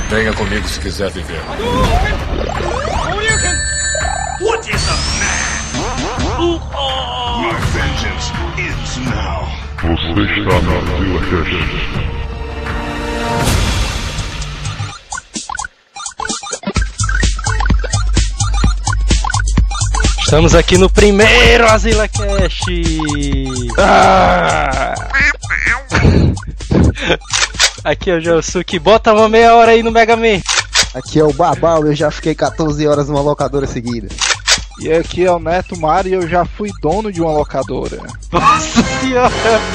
Venha comigo se quiser viver. What is a man? My vengeance ends now. Você está na ZillaCast. Estamos aqui no primeiro ZillaCast. Aqui é o Josuke. Bota uma meia hora aí no Mega Man. Aqui é o Babal, eu já fiquei 14 horas numa locadora seguida. E aqui é o Neto Mário e eu já fui dono de uma locadora. Nossa senhora!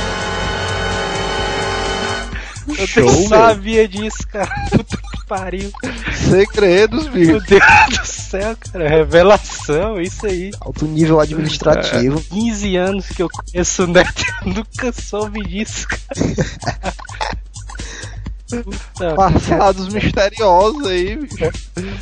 Eu Show, nem sabia disso, cara. Puta que pariu. Segredos, bicho. Meu Deus do céu, cara. Revelação, isso aí. Alto nível administrativo. 15 anos que eu conheço o Neto e nunca soube disso, cara. Puta, Passados misteriosos aí, bicho.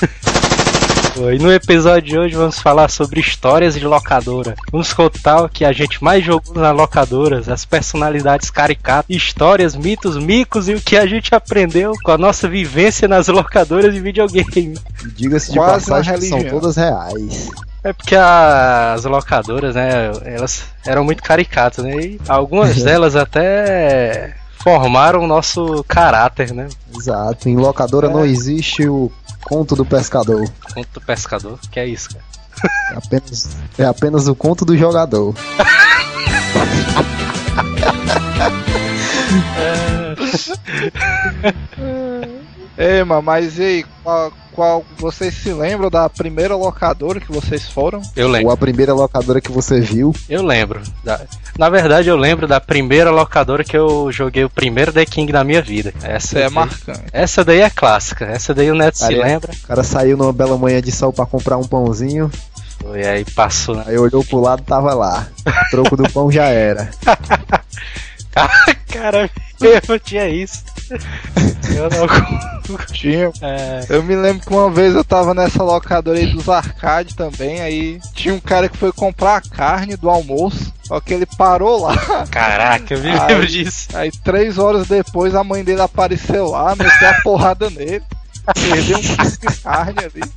E no episódio de hoje vamos falar sobre histórias de locadora. Vamos contar o que a gente mais jogou nas locadoras, as personalidades caricatas, histórias, mitos, micos e o que a gente aprendeu com a nossa vivência nas locadoras de videogame. Diga-se de Quase passagem uma que são religião. todas reais. É porque as locadoras, né, elas eram muito caricatas, né, e algumas delas até formaram o nosso caráter, né. Exato, em locadora não existe o conto do pescador. Conto do pescador, que é isso, cara. É apenas o conto do jogador. Ei, mano, mas e aí, qual vocês se lembram da primeira locadora que vocês foram? Eu lembro. Ou a primeira locadora que você viu. Eu lembro. Na verdade, eu lembro da primeira locadora que eu joguei o primeiro The King da minha vida. Essa é marcante. Essa daí é clássica. Essa daí o Neto se lembra. O cara saiu numa bela manhã de sol pra comprar um pãozinho. E aí passou, né? Aí olhou pro lado, tava lá. O troco do pão já era. Cara, eu tinha isso. Eu não Tinha. Eu me lembro que uma vez eu tava nessa locadora aí dos arcades também, aí tinha um cara que foi comprar a carne do almoço, só que ele parou lá. Caraca, eu me lembro disso. Aí 3 horas depois a mãe dele apareceu lá, meteu a porrada nele, perdeu um quilo de carne ali.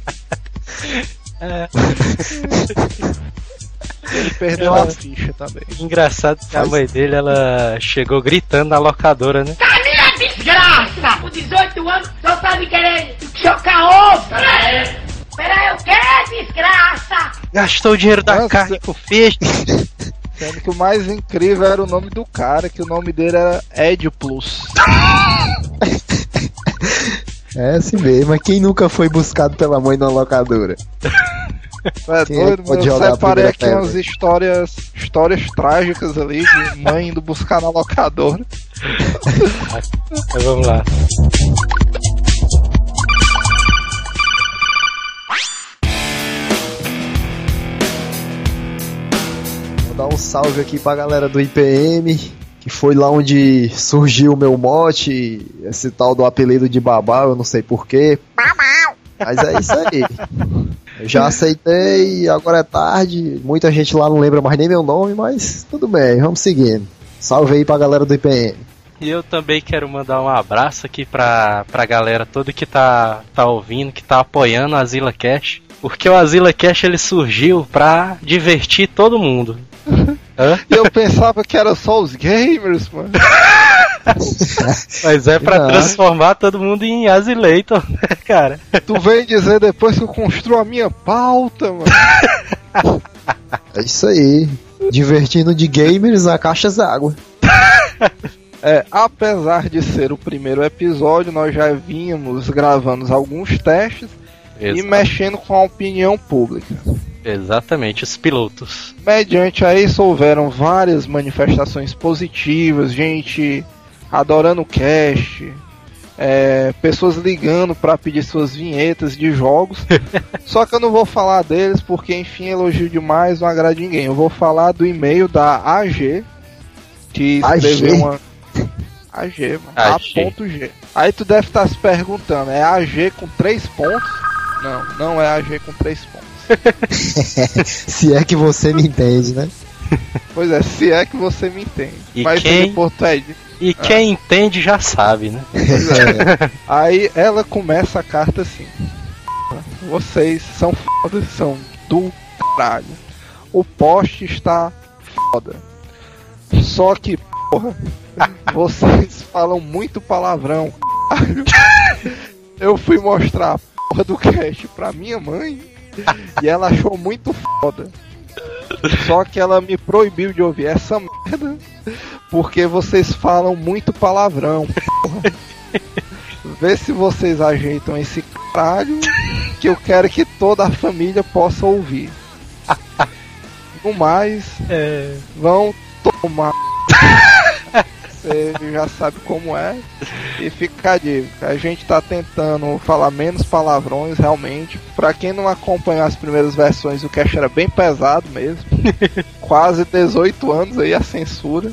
Ele perdeu a ficha também. Engraçado que a mãe dele, ela chegou gritando na locadora, né? Desgraça! Com 18 anos, só tá me querendo chocar ovo! Peraí, o que, desgraça? Gastou o dinheiro da Nossa. carne com peixe. Sendo que o mais incrível era o nome do cara, que o nome dele era Ed Plus. É assim mesmo, mas quem nunca foi buscado pela mãe numa locadora? É Quem doido, pode eu jogar a separei primeira aqui pedra? umas histórias trágicas ali de mãe indo buscar na locadora. Então vamos lá. Vou dar um salve aqui pra galera do IPM, que foi lá onde surgiu o meu mote, esse tal do apelido de Babal, eu não sei porquê. Mas é isso aí. Eu já aceitei, agora é tarde. Muita gente lá não lembra mais nem meu nome, mas tudo bem, vamos seguindo. Salve aí pra galera do IPM. E eu também quero mandar um abraço aqui pra galera toda que tá ouvindo, que tá apoiando a ZillaCast. Porque o ZillaCast ele surgiu pra divertir todo mundo. E eu pensava que era só os gamers, mano. Mas é pra Não. transformar todo mundo em Azileitor, né, cara? Tu veio dizer depois que eu construo a minha pauta, mano. É isso aí. Divertindo de gamers a caixas d'água. Apesar de ser o primeiro episódio, nós já vínhamos gravando alguns testes e mexendo com a opinião pública. Exatamente, os pilotos. Mediante a isso, houveram várias manifestações positivas, gente adorando o cast, pessoas ligando para pedir suas vinhetas de jogos. Só que eu não vou falar deles porque, enfim, elogio demais, não agrada ninguém. Eu vou falar do e-mail da AG, que escreveu uma... AG, mano. A.G. Aí tu deve estar se perguntando, é AG com 3 pontos? Não é AG com 3 pontos. Se é que você me entende, né? Pois é, se é que você me entende. E Mas quem... o Porto é E quem entende já sabe, né? Aí ela começa a carta assim: vocês são foda, são do caralho. O poste está foda. Só que, porra, vocês falam muito palavrão. Eu fui mostrar a porra do cast pra minha mãe e ela achou muito foda. Só que ela me proibiu de ouvir essa merda porque vocês falam muito palavrão, porra. Vê se vocês ajeitam esse caralho que eu quero que toda a família possa ouvir. No mais, vão tomar. Você já sabe como é. E fica a dica, a gente tá tentando falar menos palavrões realmente. Pra quem não acompanhou as primeiras versões, o cast era bem pesado mesmo. Quase 18 anos aí a censura.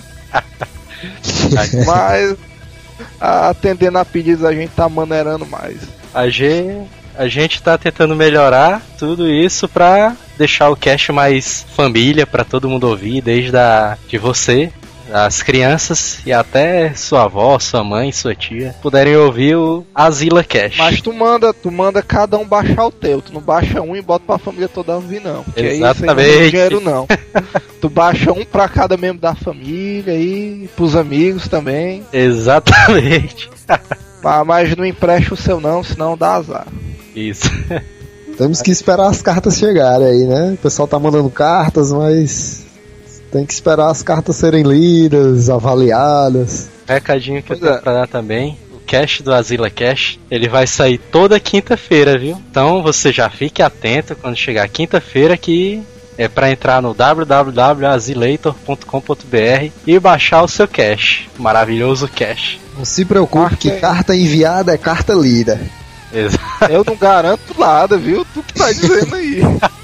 Mas atendendo a pedidos a gente tá maneirando mais. A gente tá tentando melhorar tudo isso pra deixar o cast mais família, pra todo mundo ouvir, desde de você, as crianças e até sua avó, sua mãe, sua tia puderem ouvir o Azila Cast. Mas tu manda cada um baixar o teu, tu não baixa um e bota pra família toda ouvir não. Porque exatamente. Aí isso aí não é dinheiro não. Tu baixa um pra cada membro da família e pros amigos também. Exatamente. Mas não empresta o seu não, senão dá azar. Isso. Temos que esperar as cartas chegarem aí, né? O pessoal tá mandando cartas, mas tem que esperar as cartas serem lidas, avaliadas. Recadinho que eu tenho pra dar também. O cast do Azila Cast, ele vai sair toda quinta-feira, viu? Então você já fique atento quando chegar quinta-feira, que é pra entrar no www.azilator.com.br e baixar o seu cast. Maravilhoso cast. Não se preocupe que carta enviada é carta lida. Exato. Eu não garanto nada, viu? Tu que tá dizendo aí.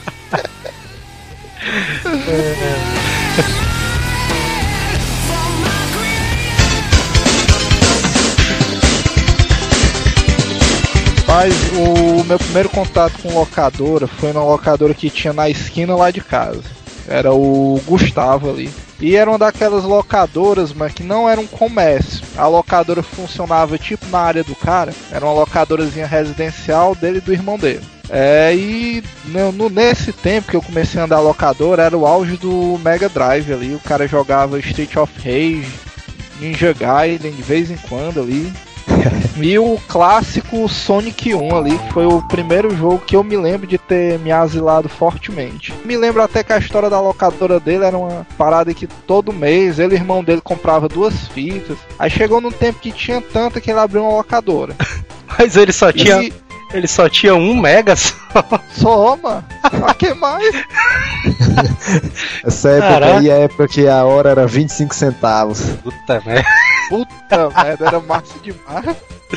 Mas o meu primeiro contato com locadora foi numa locadora que tinha na esquina lá de casa. Era o Gustavo ali. E era uma daquelas locadoras, mas que não era um comércio. A locadora funcionava tipo na área do cara. Era uma locadorazinha residencial dele e do irmão dele. E nesse tempo que eu comecei a andar locadora, era o auge do Mega Drive ali. O cara jogava Street of Rage, Ninja Gaiden de vez em quando ali. E o clássico Sonic 1 ali, que foi o primeiro jogo que eu me lembro de ter me asilado fortemente. Me lembro até que a história da locadora dele era uma parada que todo mês ele e o irmão dele comprava 2 fitas. Aí chegou num tempo que tinha tanta que ele abriu uma locadora. Mas ele só tinha 1 mega só. Só, mano. Pra que mais? Essa época aí é a época que a hora era 25 centavos. Puta merda. Puta merda, era massa demais.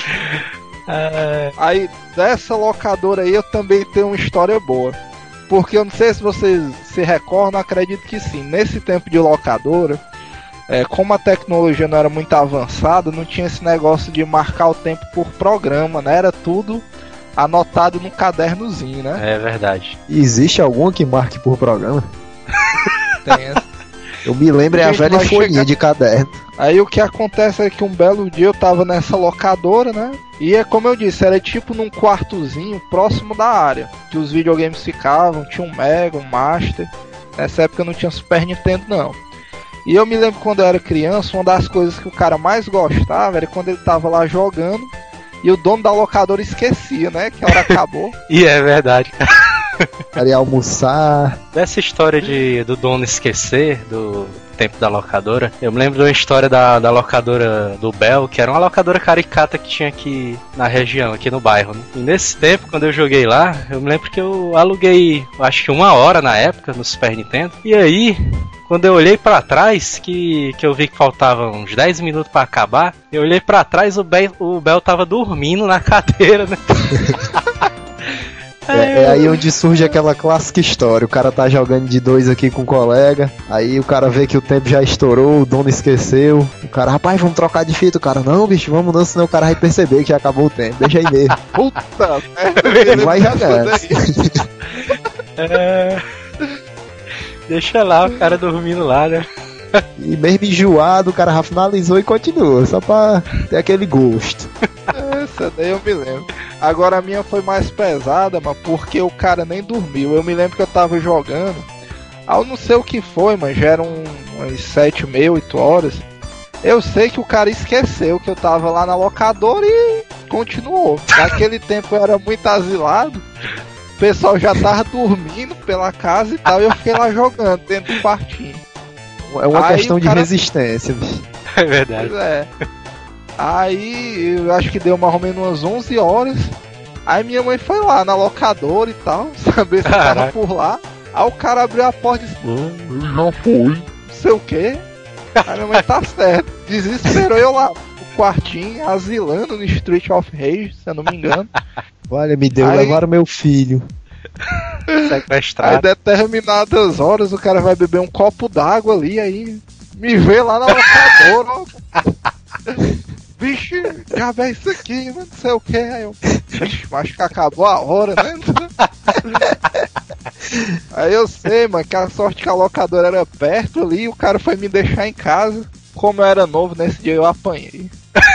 Aí, dessa locadora aí eu também tenho uma história boa. Porque eu não sei se vocês se recordam, acredito que sim. Nesse tempo de locadora, como a tecnologia não era muito avançada, não tinha esse negócio de marcar o tempo por programa, né? Era tudo anotado num cadernozinho, né? É verdade. Existe alguma que marque por programa? Tem essa. Eu me lembro, é a velha folhinha de caderno. Aí o que acontece é que um belo dia eu tava nessa locadora, né? E é como eu disse, era tipo num quartozinho próximo da área que os videogames ficavam, tinha um Mega, um Master. Nessa época não tinha Super Nintendo não. E eu me lembro quando eu era criança, uma das coisas que o cara mais gostava era quando ele tava lá jogando e o dono da locadora esquecia, né? Que a hora acabou. E é verdade, cara. Cara, ia almoçar. Dessa história do dono esquecer do tempo da locadora, eu me lembro de uma história da locadora do Bel, que era uma locadora caricata que tinha aqui na região, aqui no bairro, né? E nesse tempo, quando eu joguei lá, eu me lembro que eu aluguei, acho que 1 hora na época, no Super Nintendo. E aí, quando eu olhei pra trás, que eu vi que faltavam uns 10 minutos pra acabar, eu olhei pra trás, o Bel tava dormindo na cadeira, né? É aí onde surge aquela clássica história. O cara tá jogando de 2 aqui com o colega. Aí o cara vê que o tempo já estourou, o dono esqueceu. O cara, rapaz, vamos trocar de fita. O cara, não, bicho, vamos não, senão o cara vai perceber que já acabou o tempo. Deixa aí mesmo. Puta Ele vai jogando. Deixa lá o cara dormindo lá, né? E mesmo enjoado, o cara já finalizou e continuou, só pra ter aquele gosto. Essa daí eu me lembro. Agora a minha foi mais pesada, mas porque o cara nem dormiu. Eu me lembro que eu tava jogando. Eu não sei o que foi, mas já eram umas 7h30, 8 horas. Eu sei que o cara esqueceu que eu tava lá na locadora e continuou. Naquele tempo eu era muito asilado. O pessoal já tava dormindo pela casa e tal. E eu fiquei lá jogando dentro do quartinho. É uma Aí questão o de cara- resistência, bicho. É verdade. Pois é. Aí eu acho que deu mais ou menos umas 11 horas. Aí minha mãe foi lá na locadora e tal, saber se tava Caraca. por lá. Aí o cara abriu a porta e disse, Ele já foi. não sei o que. Aí minha mãe tá certo. Desesperou eu lá no quartinho, asilando no Street of Rage, se eu não me engano. Olha, me deu, Aí- levaram meu filho. Aí Sequestrado. determinadas horas o cara vai beber um copo d'água ali, aí me vê lá na locadora, ó. Bicho, já vê isso aqui, não sei o que. Aí eu, bicho, acho que acabou a hora, né? Aí eu sei, mano, que a sorte que a locadora era perto ali, e o cara foi me deixar em casa. Como eu era novo, nesse dia eu apanhei.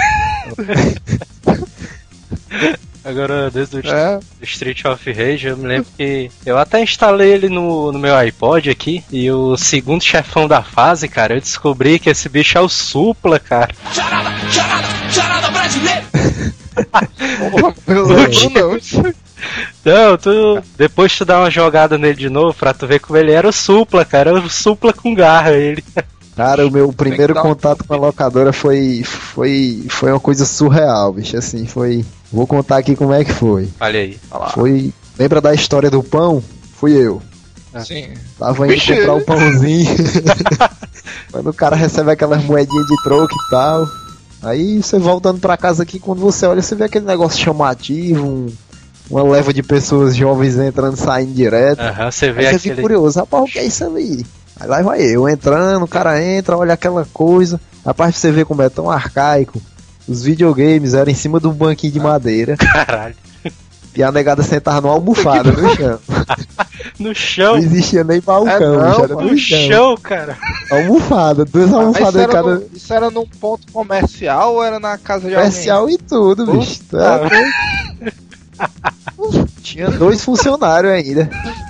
Agora, desde o É, Street of Rage, eu me lembro que eu até instalei ele no meu iPod aqui. E o segundo chefão da fase, cara, eu descobri que esse bicho é o Supla, cara. porra, eu não lembro não. Não, depois tu dá uma jogada nele de novo pra tu ver como ele era o Supla, cara. Era o Supla com garra, ele. Cara, o meu primeiro dar um- contato com a locadora foi uma coisa surreal, bicho. Assim, foi. Vou contar aqui como é que foi. Olha aí. Foi. Lembra da história do pão? Fui eu. Sim. Tava indo Vixe. comprar o pãozinho. Quando o cara recebe aquelas moedinhas de troco e tal. Aí você voltando pra casa aqui, quando você olha, você vê aquele negócio chamativo, uma leva de pessoas jovens entrando, saindo direto. Aham, você vê Aí você aquele. fica curioso, rapaz, o que é isso ali? Aí lá vai eu entrando, o cara entra, olha aquela coisa. Rapaz, você vê como é tão arcaico. Os videogames eram em cima de um banquinho de madeira Caralho. e a negada sentava numa almofada no chão. No chão. Não existia nem balcão, não, bicho, era mano, no No chão. chão, cara. Almofada, duas Mas almofadas em cada. isso era num ponto comercial ou era na casa de alguém? Comercial e tudo, bicho. Puta. Tinha 2 funcionários ainda.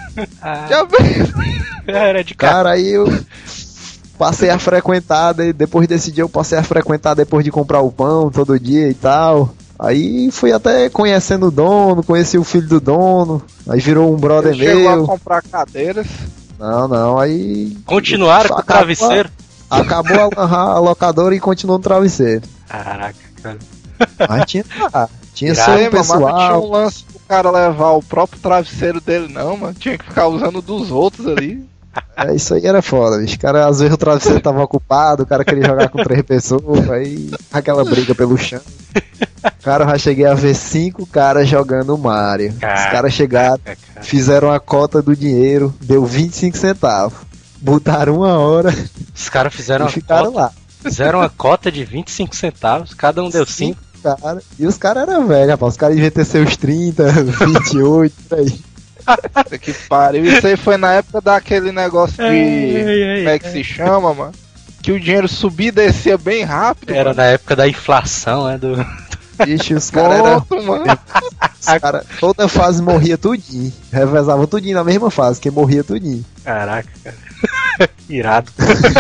Já veio. Era de cara. Cara, aí eu passei a frequentar, depois desse dia eu passei a frequentar depois de comprar o pão todo dia e tal. Aí fui até conhecendo o dono, conheci o filho do dono, aí virou um brother Ele chegou a meu. comprar cadeiras. Não, aí. Continuaram com o Acabou- travesseiro. Acabou a locadora e continuou no travesseiro. Caraca, cara. Mas tinha Irado. só Ei, um mano, mas não tinha pessoal. um lance do cara levar o próprio travesseiro dele, não, mano. Tinha que ficar usando dos outros ali. Isso aí era foda, bicho. O cara, às vezes o travesseiro tava ocupado, o cara queria jogar com 3 pessoas, aí aquela briga pelo chão. Cara, eu já cheguei a ver 5 caras jogando Mario. Os caras chegaram, Cara. fizeram a cota do dinheiro, deu 25 centavos. Botaram 1 hora Os caras fizeram e uma ficaram cota, lá. fizeram uma cota de 25 centavos, cada um deu 5. Cara, e os caras eram velhos, rapaz. Os caras deviam ter seus 30, 28, por aí. Puta que pariu. Isso aí foi na época daquele negócio de. Como é que se chama, mano? Que o dinheiro subia e descia bem rápido. Era mano. na época da inflação, né? Bicho, os caras eram. Pronto, mano. Toda fase morria tudinho. Revezava tudinho na mesma fase, que morria tudinho. Caraca, cara. Irado.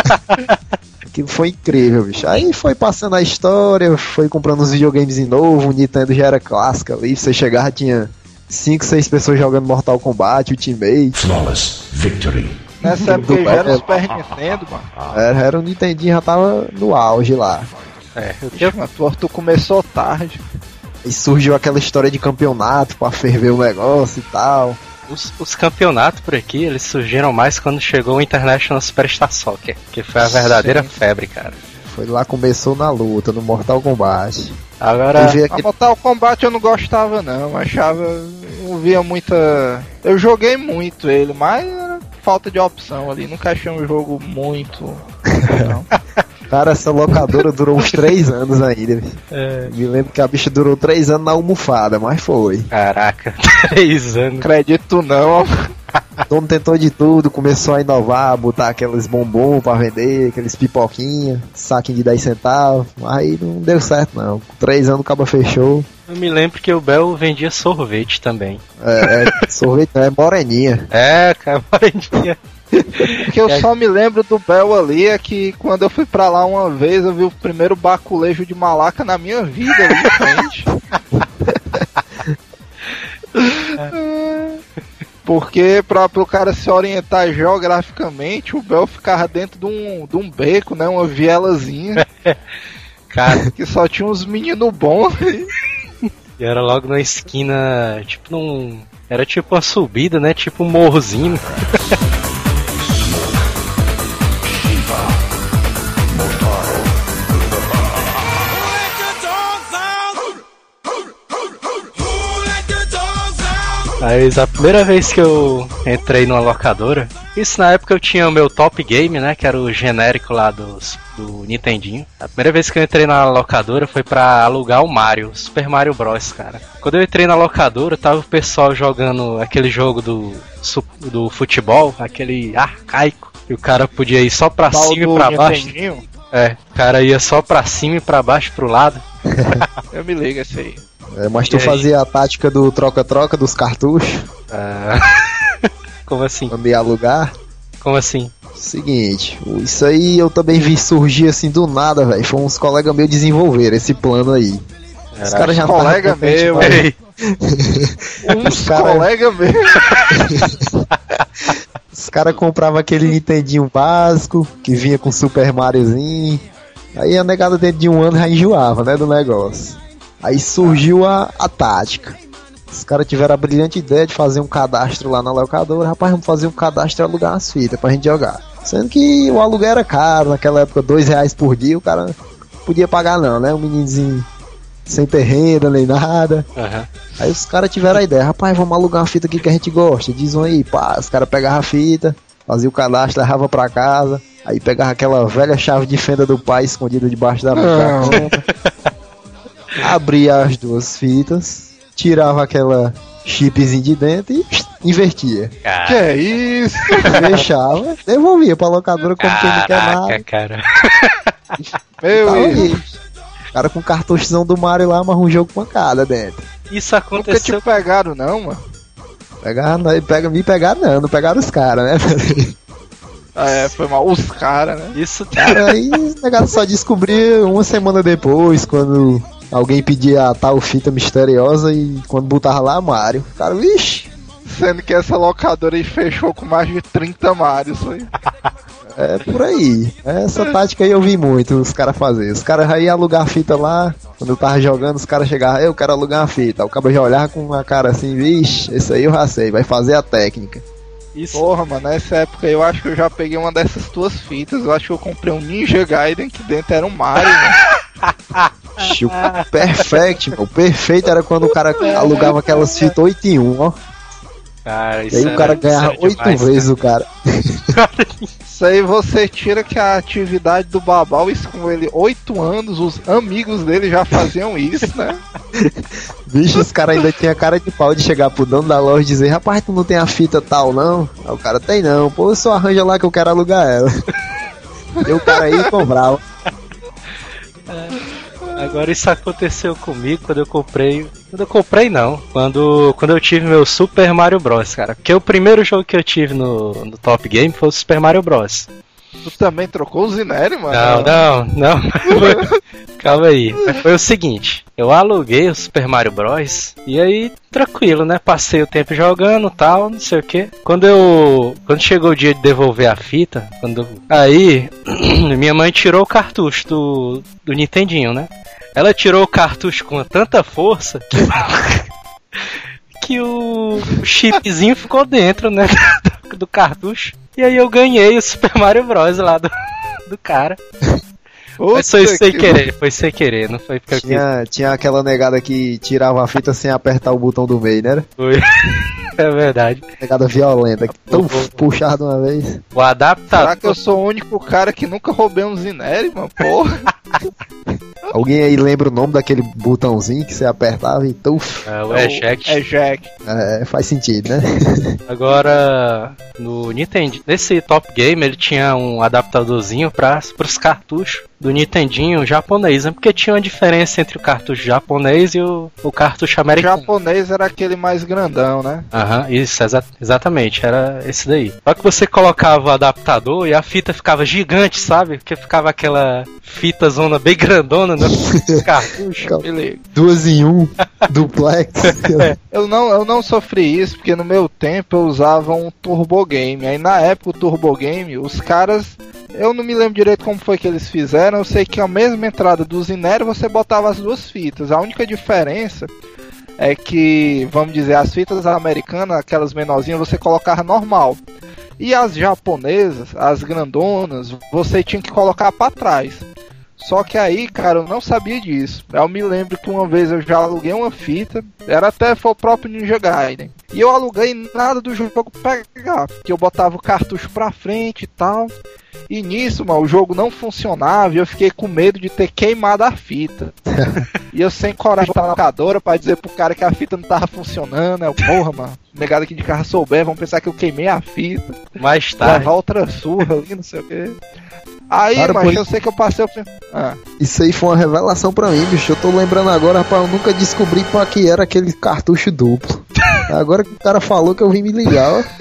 Aquilo foi incrível, bicho. Aí foi passando a história, foi comprando uns videogames de novo, o Nintendo já era clássico ali. Você chegava, tinha 5, 6 pessoas jogando Mortal Kombat, Ultimate. Flawless victory. Nessa época já era o Super Nintendo, mano. Era o Nintendinho, já tava no auge lá. É, eu Ixi, mano, tu começou tarde. E surgiu aquela história de campeonato pra ferver o negócio e tal. Os campeonatos por aqui, eles surgiram mais quando chegou o International Superstar Soccer, que foi a verdadeira febre, cara. Foi lá, começou na luta, no Mortal Kombat. Agora, Aí veio A aquele... Mortal Kombat eu não gostava não, achava, não via muita... Eu joguei muito ele, mas era falta de opção ali, nunca achei um jogo muito... Não. Cara, essa locadora durou uns 3 anos ainda. Me lembro que a bicha durou 3 anos na almofada, mas foi. caraca, 3 anos. Acredito não. O dono tentou de tudo, começou a inovar, botar aqueles bombom pra vender, aqueles pipoquinha, saquinho de 10 centavos. Aí não deu certo não. Com 3 anos o cabo fechou. Eu me lembro que o Bel vendia sorvete também. Sorvete não, é moreninha. Cara, moreninha. O que eu só me lembro do Bel ali é que quando eu fui pra lá uma vez, eu vi o primeiro baculejo de malaca na minha vida ali em frente. Porque pro cara se orientar geograficamente, o Bel ficava dentro de um beco, né? Uma vielazinha. Cara, que só tinha uns meninos bons. e era logo na esquina, tipo era tipo uma subida, né? Tipo um morrozinho. Mas a primeira vez que eu entrei numa locadora, isso na época eu tinha o meu Top Game, né, que era o genérico lá do Nintendinho. A primeira vez que eu entrei na locadora foi pra alugar o Mario, Super Mario Bros, cara. Quando eu entrei na locadora, tava o pessoal jogando aquele jogo do futebol, aquele arcaico, que o cara podia ir só pra cima e pra baixo. O cara ia só pra cima e pra baixo, pro lado. Eu me ligo esse aí. Mas tu fazia a tática do troca-troca dos cartuchos? Como assim? Quando ia alugar? Como assim? Seguinte, isso aí eu também vi surgir assim do nada, velho. Foi uns colegas meus desenvolver esse plano aí. Os caras já colega meu, uns colegas meus. Os caras compravam aquele Nintendinho básico que vinha com Super Mariozinho. Aí a negada dentro de um ano já enjoava, né, do negócio. Aí surgiu a tática. Os caras tiveram a brilhante ideia de fazer um cadastro lá na locadora. Rapaz, vamos fazer um cadastro e alugar as fitas pra gente jogar. Sendo que o aluguel era caro, naquela época R$2 por dia, o cara não podia pagar não, né? Um meninozinho sem ter renda nem nada. Uhum. Aí os caras tiveram a ideia, rapaz, vamos alugar uma fita aqui que a gente gosta. Diz um aí, pá, os caras pegavam a fita, faziam o cadastro, levavam pra casa. Aí pegava aquela velha chave de fenda do pai escondida debaixo da cama. Abria as duas fitas, tirava aquela chipzinho de dentro e invertia. Cara. Que é isso? Deixava, devolvia pra locadora como quem não quer nada. Cara. Meu cara com cartuchozão do Mario lá, mas um jogo com uma cada dentro. Isso aconteceu. Nunca te pegaram não, mano? Me pegaram não pegaram os caras, né? Foi mal, os caras, né? Isso, cara, aí o negócio só descobriu uma semana depois, quando alguém pedia a tal fita misteriosa e quando botava lá Mario. Cara, vixi. Sendo que essa locadora aí fechou com mais de 30 Marios aí. É por aí. Essa tática aí eu vi muito os caras fazer. Os caras iam alugar a fita lá. Quando eu tava jogando, os caras chegavam, eu quero alugar uma fita. O cara já olhava com uma cara assim, vixe, esse aí eu já sei, vai fazer a técnica. Isso. Porra, mano, nessa época eu acho que eu já peguei uma dessas tuas fitas. Eu acho que eu comprei um Ninja Gaiden que dentro era um Mario, mano. O perfect, mano. O perfeito era quando o cara alugava aquelas fitas 8 em 1, ó. Cara, e aí o cara ganhava 8 vezes, o cara. Isso aí você tira que a atividade do Babau, isso com ele 8 anos, os amigos dele já faziam isso, né? Bicho, os caras ainda tinham cara de pau de chegar pro dono da loja e dizer, rapaz, tu não tem a fita tal, não? Aí o cara, tem não, pô, só arranja lá que eu quero alugar ela. E o cara aí comprava. Agora isso aconteceu comigo quando eu comprei. Quando eu comprei não. Quando eu tive meu Super Mario Bros, cara. Porque o primeiro jogo que eu tive no Top Game foi o Super Mario Bros. Tu também trocou o Zineri, mano? Não. Calma aí. Foi o seguinte, eu aluguei o Super Mario Bros. E aí, tranquilo, né? Passei o tempo jogando e tal, não sei o que. Quando chegou o dia de devolver a fita, aí minha mãe tirou o cartucho do Nintendinho, né? Ela tirou o cartucho com tanta força que o chipzinho ficou dentro, né? Do cartucho. E aí eu ganhei o Super Mario Bros. Lá do cara. Mas foi sem querer, não foi porque tinha aquela negada que tirava a fita sem apertar o botão do meio, né? Foi. É verdade. Negada violenta, tão puxada de uma vez. O adaptador. Será que eu sou o único cara que nunca roubei um Zineri, mano? Porra. Alguém aí lembra o nome daquele botãozinho que você apertava e tuf? O eject. Eject. Faz sentido, né? Agora, no Nintendo, nesse Top Game, ele tinha um adaptadorzinho para os cartuchos do Nintendinho japonês, né? Porque tinha uma diferença entre o cartucho japonês e o cartucho O americano. japonês era aquele mais grandão, né? Aham, isso, exatamente, era esse daí. Só que você colocava o adaptador e a fita ficava gigante, sabe? Porque ficava aquela fita zona bem grandona no cartucho. Beleza. 2 em 1, duplex. Eu não sofri isso, porque no meu tempo eu usava um Turbo Game. Aí na época o Turbo Game, os caras... Eu não me lembro direito como foi que eles fizeram. Eu sei que a mesma entrada do Zinero você botava as duas fitas. A única diferença é que, vamos dizer, as fitas americanas, aquelas menorzinhas, você colocava normal. E as japonesas, as grandonas, você tinha que colocar para trás. Só que aí, cara, eu não sabia disso. Eu me lembro que uma vez eu já aluguei uma fita, foi o próprio Ninja Gaiden. E eu aluguei nada do jogo pegar, porque eu botava o cartucho pra frente e tal. E nisso, mano, o jogo não funcionava e eu fiquei com medo de ter queimado a fita. E eu sem coragem pra locadora pra dizer pro cara que a fita não tava funcionando. Eu, porra, mano, negado aqui de carro souber, vão pensar que eu queimei a fita. Mais tarde. Levar outra surra ali, não sei o quê. Aí, Cara, mas eu sei que eu passei o... Isso aí foi uma revelação pra mim, bicho. Eu tô lembrando agora, rapaz, eu nunca descobri pra que era aquele cartucho duplo. Agora que o cara falou que eu vim me ligar, ó.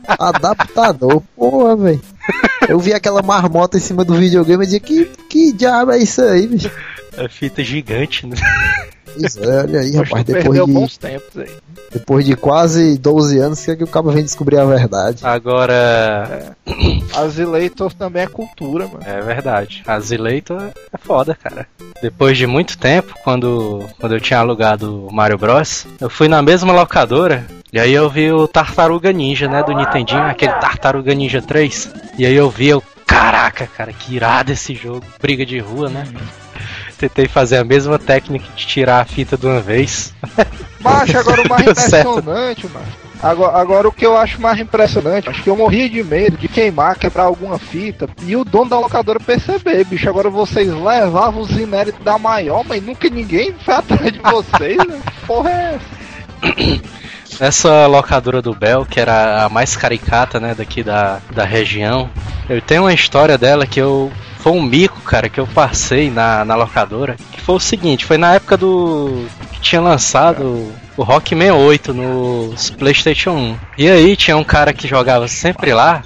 Adaptador, porra, velho. Eu vi aquela marmota em cima do videogame e dizia, que diabo é isso aí, bicho? É fita gigante, né? Isso, olha aí, rapaz, perdeu bons tempos aí. Depois de quase 12 anos, que é que o cabo vem descobrir a verdade. Agora... Azileitor também é cultura, mano. É verdade. Azileitor é foda, cara. Depois de muito tempo, quando eu tinha alugado o Mario Bros, eu fui na mesma locadora e aí eu vi o Tartaruga Ninja, né, do Nintendinho, aquele Tartaruga Ninja 3. E aí caraca, cara, que irado esse jogo. Briga de rua, né? Tentei fazer a mesma técnica de tirar a fita de uma vez. Macho, agora o mais impressionante, mano. Agora o que eu acho mais impressionante, acho que eu morria de medo de queimar, quebrar alguma fita e o dono da locadora perceber, bicho. Agora vocês levavam os inéditos da maior, mas nunca ninguém foi atrás de vocês, né? Porra é essa? Nessa locadora do Bel, que era a mais caricata, né, daqui da região, eu tenho uma história dela que foi um mico, cara, que eu passei na locadora. Que foi o seguinte, foi na época que tinha lançado o Rockman 8 no PlayStation 1. E aí tinha um cara que jogava sempre lá,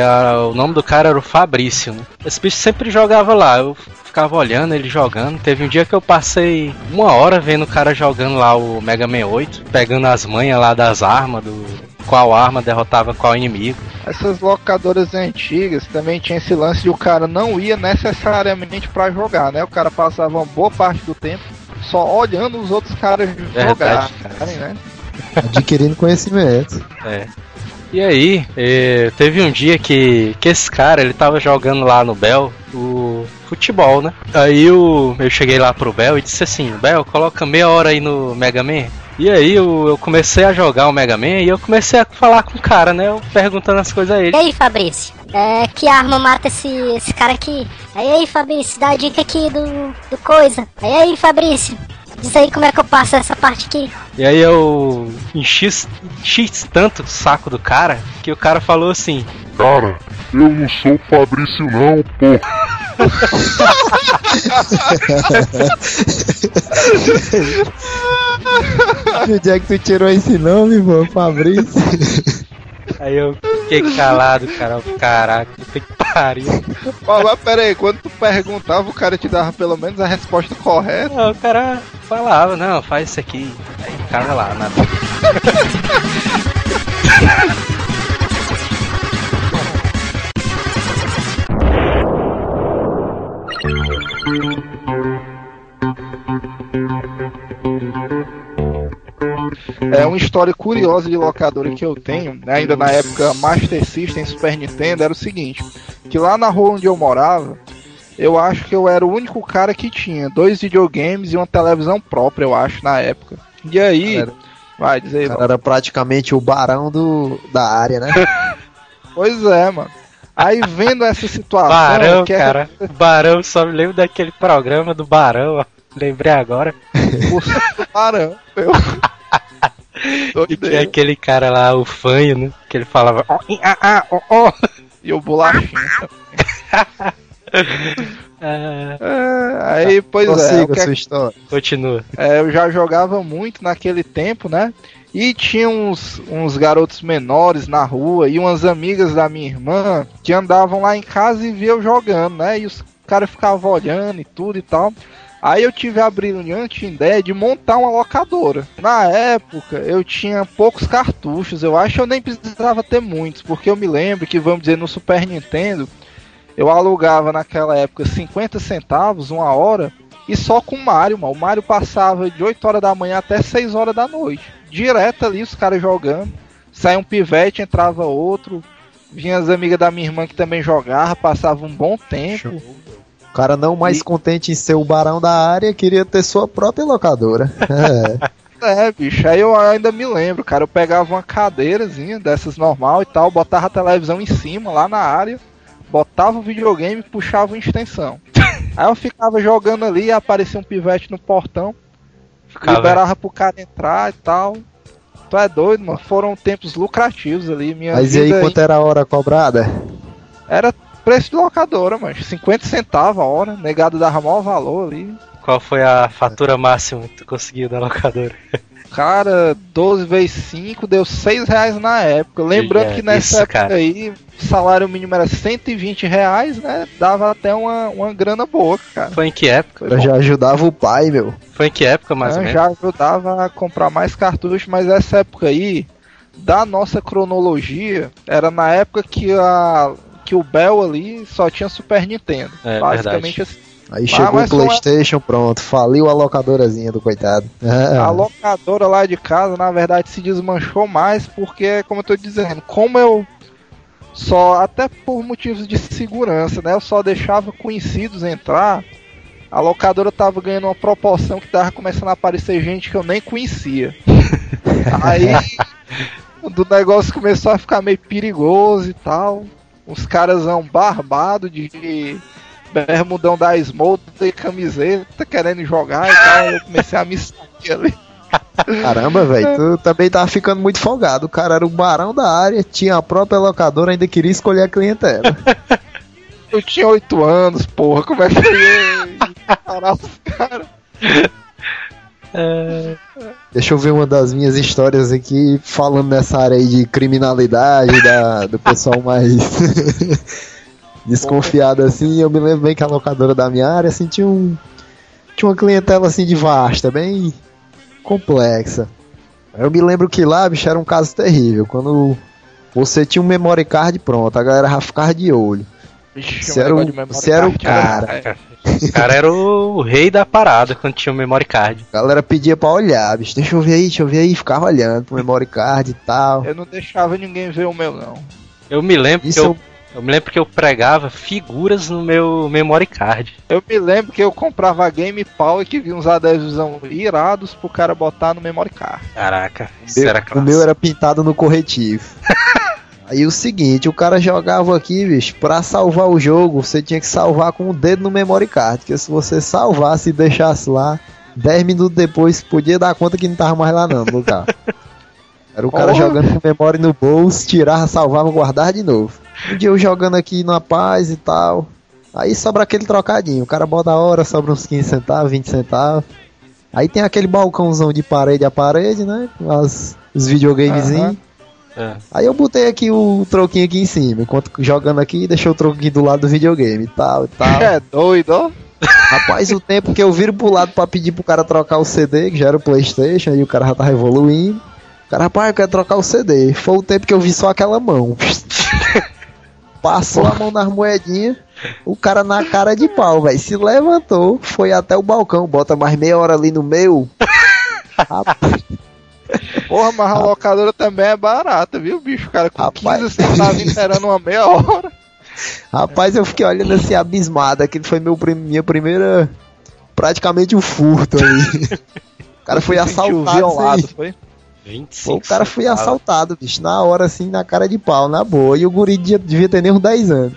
o nome do cara era o Fabrício, né? Esse bicho sempre jogava lá, eu ficava olhando ele jogando. Teve um dia que eu passei 1 hora vendo o cara jogando lá o Mega Man 8, pegando as manhas lá das armas, qual arma derrotava qual inimigo. Essas locadoras antigas também tinha esse lance de o cara não ia necessariamente pra jogar, né? O cara passava uma boa parte do tempo só olhando os outros caras jogar, né? Adquirindo conhecimento. É. E aí, teve um dia que esse cara, ele tava jogando lá no Bel o futebol, né? Aí eu cheguei lá pro Bel e disse assim, Bel, coloca meia hora aí no Mega Man. E aí eu comecei a jogar o Mega Man e eu comecei a falar com o cara, né? Eu perguntando as coisas a ele. E aí, Fabrício? Que arma mata esse cara aqui? Aí, Fabrício, dá a dica aqui do coisa. Aí, Fabrício, diz aí como é que eu passo essa parte aqui. E aí eu enchi tanto o saco do cara que o cara falou assim: Cara, eu não sou o Fabrício não, pô. Onde é que tu tirou esse nome, pô, Fabrício? Aí eu fiquei calado, cara. Caraca, que pariu. Mas pera aí, quando tu perguntava, o cara te dava pelo menos a resposta correta? Não, o cara falava, não, faz isso aqui. Aí ficava lá, nada. É uma história curiosa de locadora que eu tenho, ainda na época Master System, Super Nintendo, era o seguinte, que lá na rua onde eu morava, eu acho que eu era o único cara que tinha 2 videogames e uma televisão própria, eu acho, na época. E aí, vai dizer aí, era praticamente o barão da área, né? Pois é, mano. Aí vendo essa situação... Barão, cara. Barão, só me lembro daquele programa do Barão, ó. Lembrei agora. O Barão, meu. E que é aquele cara lá, o fanho, né? Que ele falava... ó. E o bolachinho. Aí, pois Prossiga sua história. Continua. Eu já jogava muito naquele tempo, né? E tinha uns garotos menores na rua e umas amigas da minha irmã que andavam lá em casa e viam eu jogando, né? E os caras ficavam olhando e tudo e tal. Aí eu tive a brilhante ideia de montar uma locadora. Na época eu tinha poucos cartuchos, eu acho que eu nem precisava ter muitos, porque eu me lembro que, vamos dizer, no Super Nintendo eu alugava naquela época 50 centavos, 1 hora, e só com o Mario, mano. O Mario passava de 8 horas da manhã até 6 horas da noite. Direto ali, os caras jogando. Saia um pivete, entrava outro. Vinha as amigas da minha irmã que também jogava, passava um bom tempo. O cara não mais contente em ser o barão da área, queria ter sua própria locadora. Bicho, aí eu ainda me lembro, cara. Eu pegava uma cadeirazinha dessas normal e tal, botava a televisão em cima, lá na área, botava o videogame e puxava uma extensão. Aí eu ficava jogando ali, aparecia um pivete no portão, liberava pro cara entrar e tal. Tu é doido, mano? Foram tempos lucrativos ali. Mas e aí, quanto era a hora cobrada? Era preço de locadora, mano. 50 centavos a hora, negado dava maior valor ali. Qual foi a fatura máxima que tu conseguiu da locadora? Cara, 12 vezes 5 deu R$6 na época. Lembrando que nessa época aí, o salário mínimo era R$120, né? Dava até uma grana boa, cara. Foi em que época? Eu já ajudava o pai, meu. Foi em que época, mais ou menos? Já ajudava a comprar mais cartuchos, mas essa época aí, da nossa cronologia, era na época que o Bell ali só tinha Super Nintendo. Basicamente verdade. assim. Aí chegou o PlayStation, pronto, faliu a locadorazinha do coitado. A locadora lá de casa, na verdade, se desmanchou mais porque, como eu tô dizendo, como eu só, até por motivos de segurança, né, eu só deixava conhecidos entrar, a locadora tava ganhando uma proporção que tava começando a aparecer gente que eu nem conhecia. Aí o negócio começou a ficar meio perigoso e tal. Os caras barbados de bermudão da Smoke e camiseta querendo jogar e tal. Eu comecei a me sair ali. Caramba, velho, tu também tava ficando muito folgado. O cara era o barão da área, tinha a própria locadora, ainda queria escolher a clientela. Eu tinha 8 anos, porra, como é que eu ia parar os caras? Deixa eu ver uma das minhas histórias aqui, falando nessa área aí de criminalidade, do pessoal mais desconfiado assim. Eu me lembro bem que a locadora da minha área assim, tinha uma clientela assim de vasta, bem complexa. Eu me lembro que lá, bicho, era um caso terrível. Quando você tinha um memory card, pronto, a galera já ficava de olho. Você era o cara. O cara era o rei da parada quando tinha o memory card. A galera pedia pra olhar, bicho. Deixa eu ver aí. Ficava olhando pro memory card e tal. Eu não deixava ninguém ver o meu, não. Eu me lembro que eu pregava figuras no meu memory card. Eu me lembro que eu comprava Game Power que vinha uns adesivos irados pro cara botar no memory card. Caraca, isso era classe. O meu era pintado no corretivo. Aí o seguinte, o cara jogava aqui, bicho, pra salvar o jogo, você tinha que salvar com o dedo no memory card, porque se você salvasse e deixasse lá, 10 minutos depois, podia dar conta que não tava mais lá não, no lugar. Era o cara jogando com memória no bolso, tirava, salvava, guardava de novo. Um dia eu jogando aqui na paz e tal, aí sobra aquele trocadinho, o cara bota a hora, sobra uns 15 centavos, 20 centavos. Aí tem aquele balcãozão de parede a parede, né, os videogamezinhos. Aí eu botei aqui o troquinho aqui em cima, enquanto jogando aqui, deixei o troquinho do lado do videogame e tal e tal. É doido, ó. Rapaz, o tempo que eu viro pro lado pra pedir pro cara trocar o CD, que já era o PlayStation, aí o cara já tava evoluindo. O cara, rapaz, eu quero trocar o CD. Foi o tempo que eu vi só aquela mão. Passou a mão nas moedinhas, o cara na cara de pau, velho. Se levantou, foi até o balcão, bota mais meia hora ali no meu. Rapaz. Porra, mas a locadora também é barata, viu, bicho? O cara com 15 centavos esperando uma meia hora. Rapaz, eu fiquei olhando assim, abismado. Aquele foi minha primeira... Praticamente um furto ali. O cara foi assaltado. Violado, foi? 25 Pô, o cara foi centavos. assaltado, bicho, na hora assim, na cara de pau, na boa. E o guri devia ter nem uns 10 anos.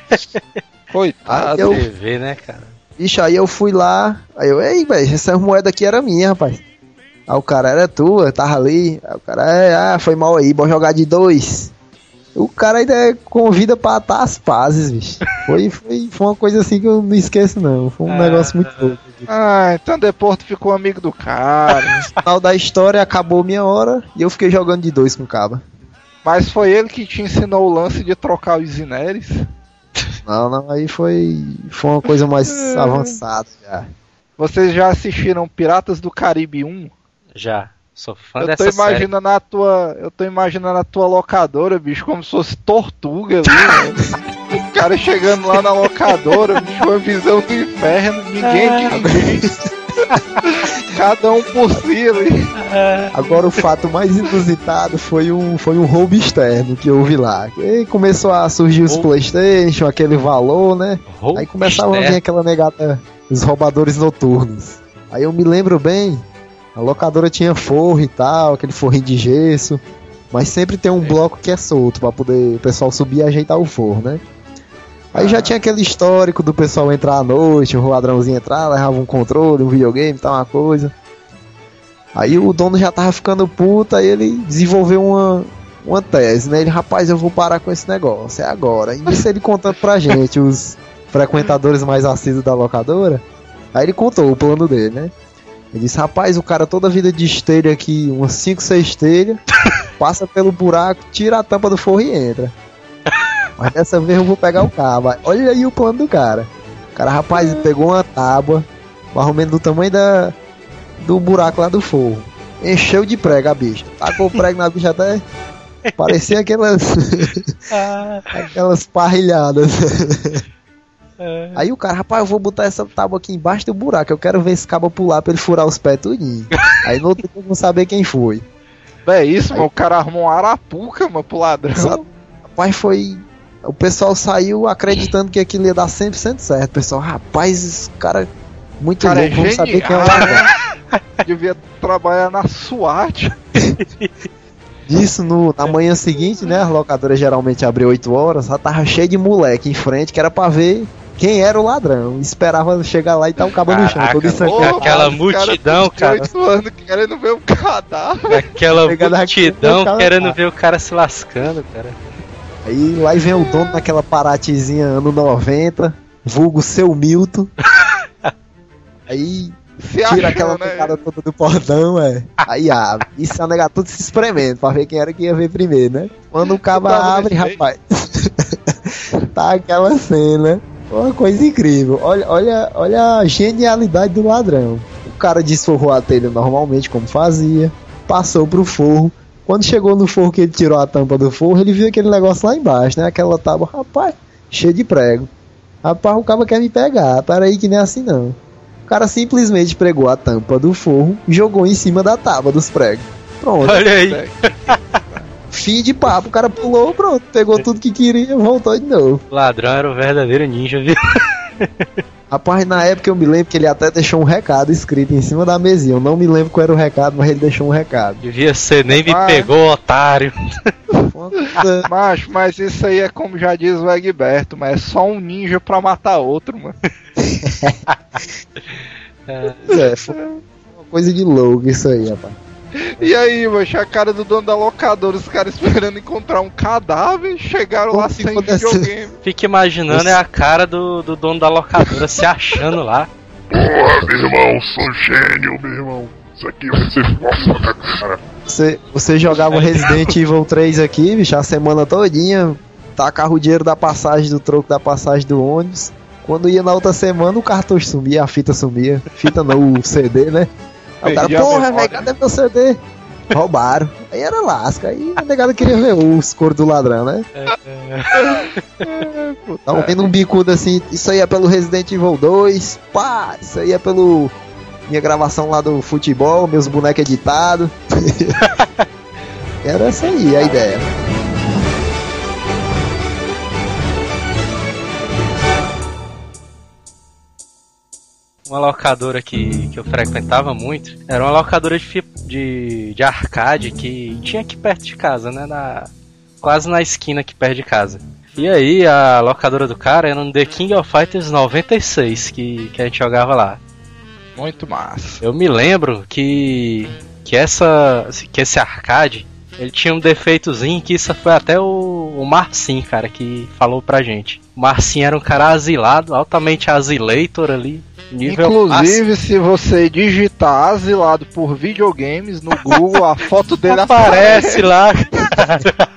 Coitado. Aí eu, TV, né, cara? bicho, aí eu fui lá, aí eu, ei, velho, essa moeda aqui era minha, rapaz. Aí o cara, era tua, eu tava ali. Aí o cara, foi mal aí, bora jogar de 2. O cara ainda convida pra atar as pazes, bicho. Foi uma coisa assim que eu não esqueço, não. Foi um negócio muito louco. Ah, então depois tu ficou amigo do cara. No final da história, acabou minha hora e eu fiquei jogando de 2 com o caba. Mas foi ele que te ensinou o lance de trocar os Ineres? Não, aí foi uma coisa mais avançada já. Vocês já assistiram Piratas do Caribe 1? Já. Sou fã Eu dessa tô série. imaginando a tua locadora, bicho, como se fosse Tortuga ali, né? O cara chegando lá na locadora, bicho, uma visão do inferno, ninguém de ninguém. Cada um por si ali. Agora o fato mais inusitado foi um roubo externo que houve lá. E começou a surgir os Playstation, aquele valor, né? Roubo Aí começava a vir externo. aquela negada, os roubadores noturnos. Aí eu me lembro bem, a locadora tinha forro e tal, aquele forrinho de gesso, mas sempre tem um bloco que é solto pra poder o pessoal subir e ajeitar o forro, né? Aí já tinha aquele histórico do pessoal entrar à noite, o ladrãozinho entrar, levava um controle, um videogame, tal, uma coisa. Aí o dono já tava ficando puto, aí ele desenvolveu uma tese, né? Ele, rapaz, eu vou parar com esse negócio, é agora. E isso ele contando pra gente, os frequentadores mais assíduos da locadora, aí ele contou o plano dele, né? Ele disse, rapaz, o cara toda a vida de esteira aqui, umas 5, 6 telhas, passa pelo buraco, tira a tampa do forro e entra. Mas dessa vez eu vou pegar o cabo. Olha aí o plano do cara. O cara, rapaz, pegou uma tábua, mais ou menos do tamanho do buraco lá do forro. Encheu de prego a bicha. Tacou o prego na bicha até parecia aquelas parrilhadas. Aí o cara, rapaz, eu vou botar essa tábua aqui embaixo do buraco. Eu quero ver esse cabo pular pra ele furar os pés tudinho. Aí no outro dia eu vou saber quem foi. É isso, mano. O cara arrumou uma arapuca, mano, pro ladrão. Rapaz, foi. O pessoal saiu acreditando que aquilo ia dar 100% certo. O pessoal, rapaz, esse cara muito Cara, louco, vamos saber quem é o ladrão. Devia trabalhar na SWAT. Disso, na manhã seguinte, né, as locadoras geralmente abriam 8 horas, já tava cheio de moleque em frente, que era pra ver quem era o ladrão. Esperava chegar lá e tá o cabo no chão, todo isso aqui. Aquela multidão, cara. 8 anos querendo ver o cadáver. Aquela Pegando multidão aqui, querendo ver o cara se lascando, cara. Aí lá vem o dono naquela Paratyzinha ano 90, vulgo seu Milton. Aí tira aquela negada toda do portão, aí abre. Isso é um negado tudo se espremendo pra ver quem era que ia ver primeiro, né? Quando o cabo abre, rapaz, tá aquela cena. Uma coisa incrível. Olha a genialidade do ladrão. O cara desforrou a telha normalmente, como fazia, passou pro forro. Quando chegou no forro que ele tirou a tampa do forro, ele viu aquele negócio lá embaixo, né? Aquela tábua, rapaz, cheio de prego. Rapaz, o cara quer me pegar. Para aí que nem é assim não. O cara simplesmente pregou a tampa do forro e jogou em cima da tábua dos pregos. Pronto. Olha aí. Fim de papo, o cara pulou, pronto, pegou tudo que queria e voltou de novo. O ladrão era o verdadeiro ninja, viu? Rapaz, na época eu me lembro que ele até deixou um recado escrito em cima da mesinha. Eu não me lembro qual era o recado, mas ele deixou um recado. Devia ser, nem me pegou, otário. Macho, mas isso aí é como já diz o Egberto, mas é só um ninja pra matar outro, mano. Foi uma coisa de louco isso aí, rapaz. E aí, macho, a cara do dono da locadora, os caras esperando encontrar um cadáver, chegaram lá sem videogame. Fica imaginando a cara do dono da locadora se achando lá. Porra, meu irmão, sou gênio, meu irmão. Isso aqui vai ser foda, cara. Você jogava Resident Evil 3 aqui, bicho, a semana todinha, tacava o dinheiro da passagem, do troco da passagem do ônibus. Quando ia na outra semana, o cartucho sumia, a fita sumia. Fita não, o CD, né? Aí o cara, porra, velho, cadê meu CD? Roubaram. Aí era lasca. Aí a negada queria ver os coros do ladrão, né? Tava vendo um bicudo assim. Isso aí é pelo Resident Evil 2. Pá, isso aí é pelo minha gravação lá do futebol, meus bonecos editados. Era essa aí a ideia. uma locadora que eu frequentava muito. Era uma locadora de arcade que tinha aqui perto de casa, né? Quase na esquina aqui perto de casa. E aí a locadora do cara era um The King of Fighters 96 que a gente jogava lá. Muito massa. Eu me lembro que esse arcade, ele tinha um defeitozinho, que isso foi até o Marcinho, cara, que falou pra gente. O Marcinho era um cara asilado, altamente asilator ali. Inclusive, se você digitar asilado por videogames no Google, a foto dele aparece lá, cara.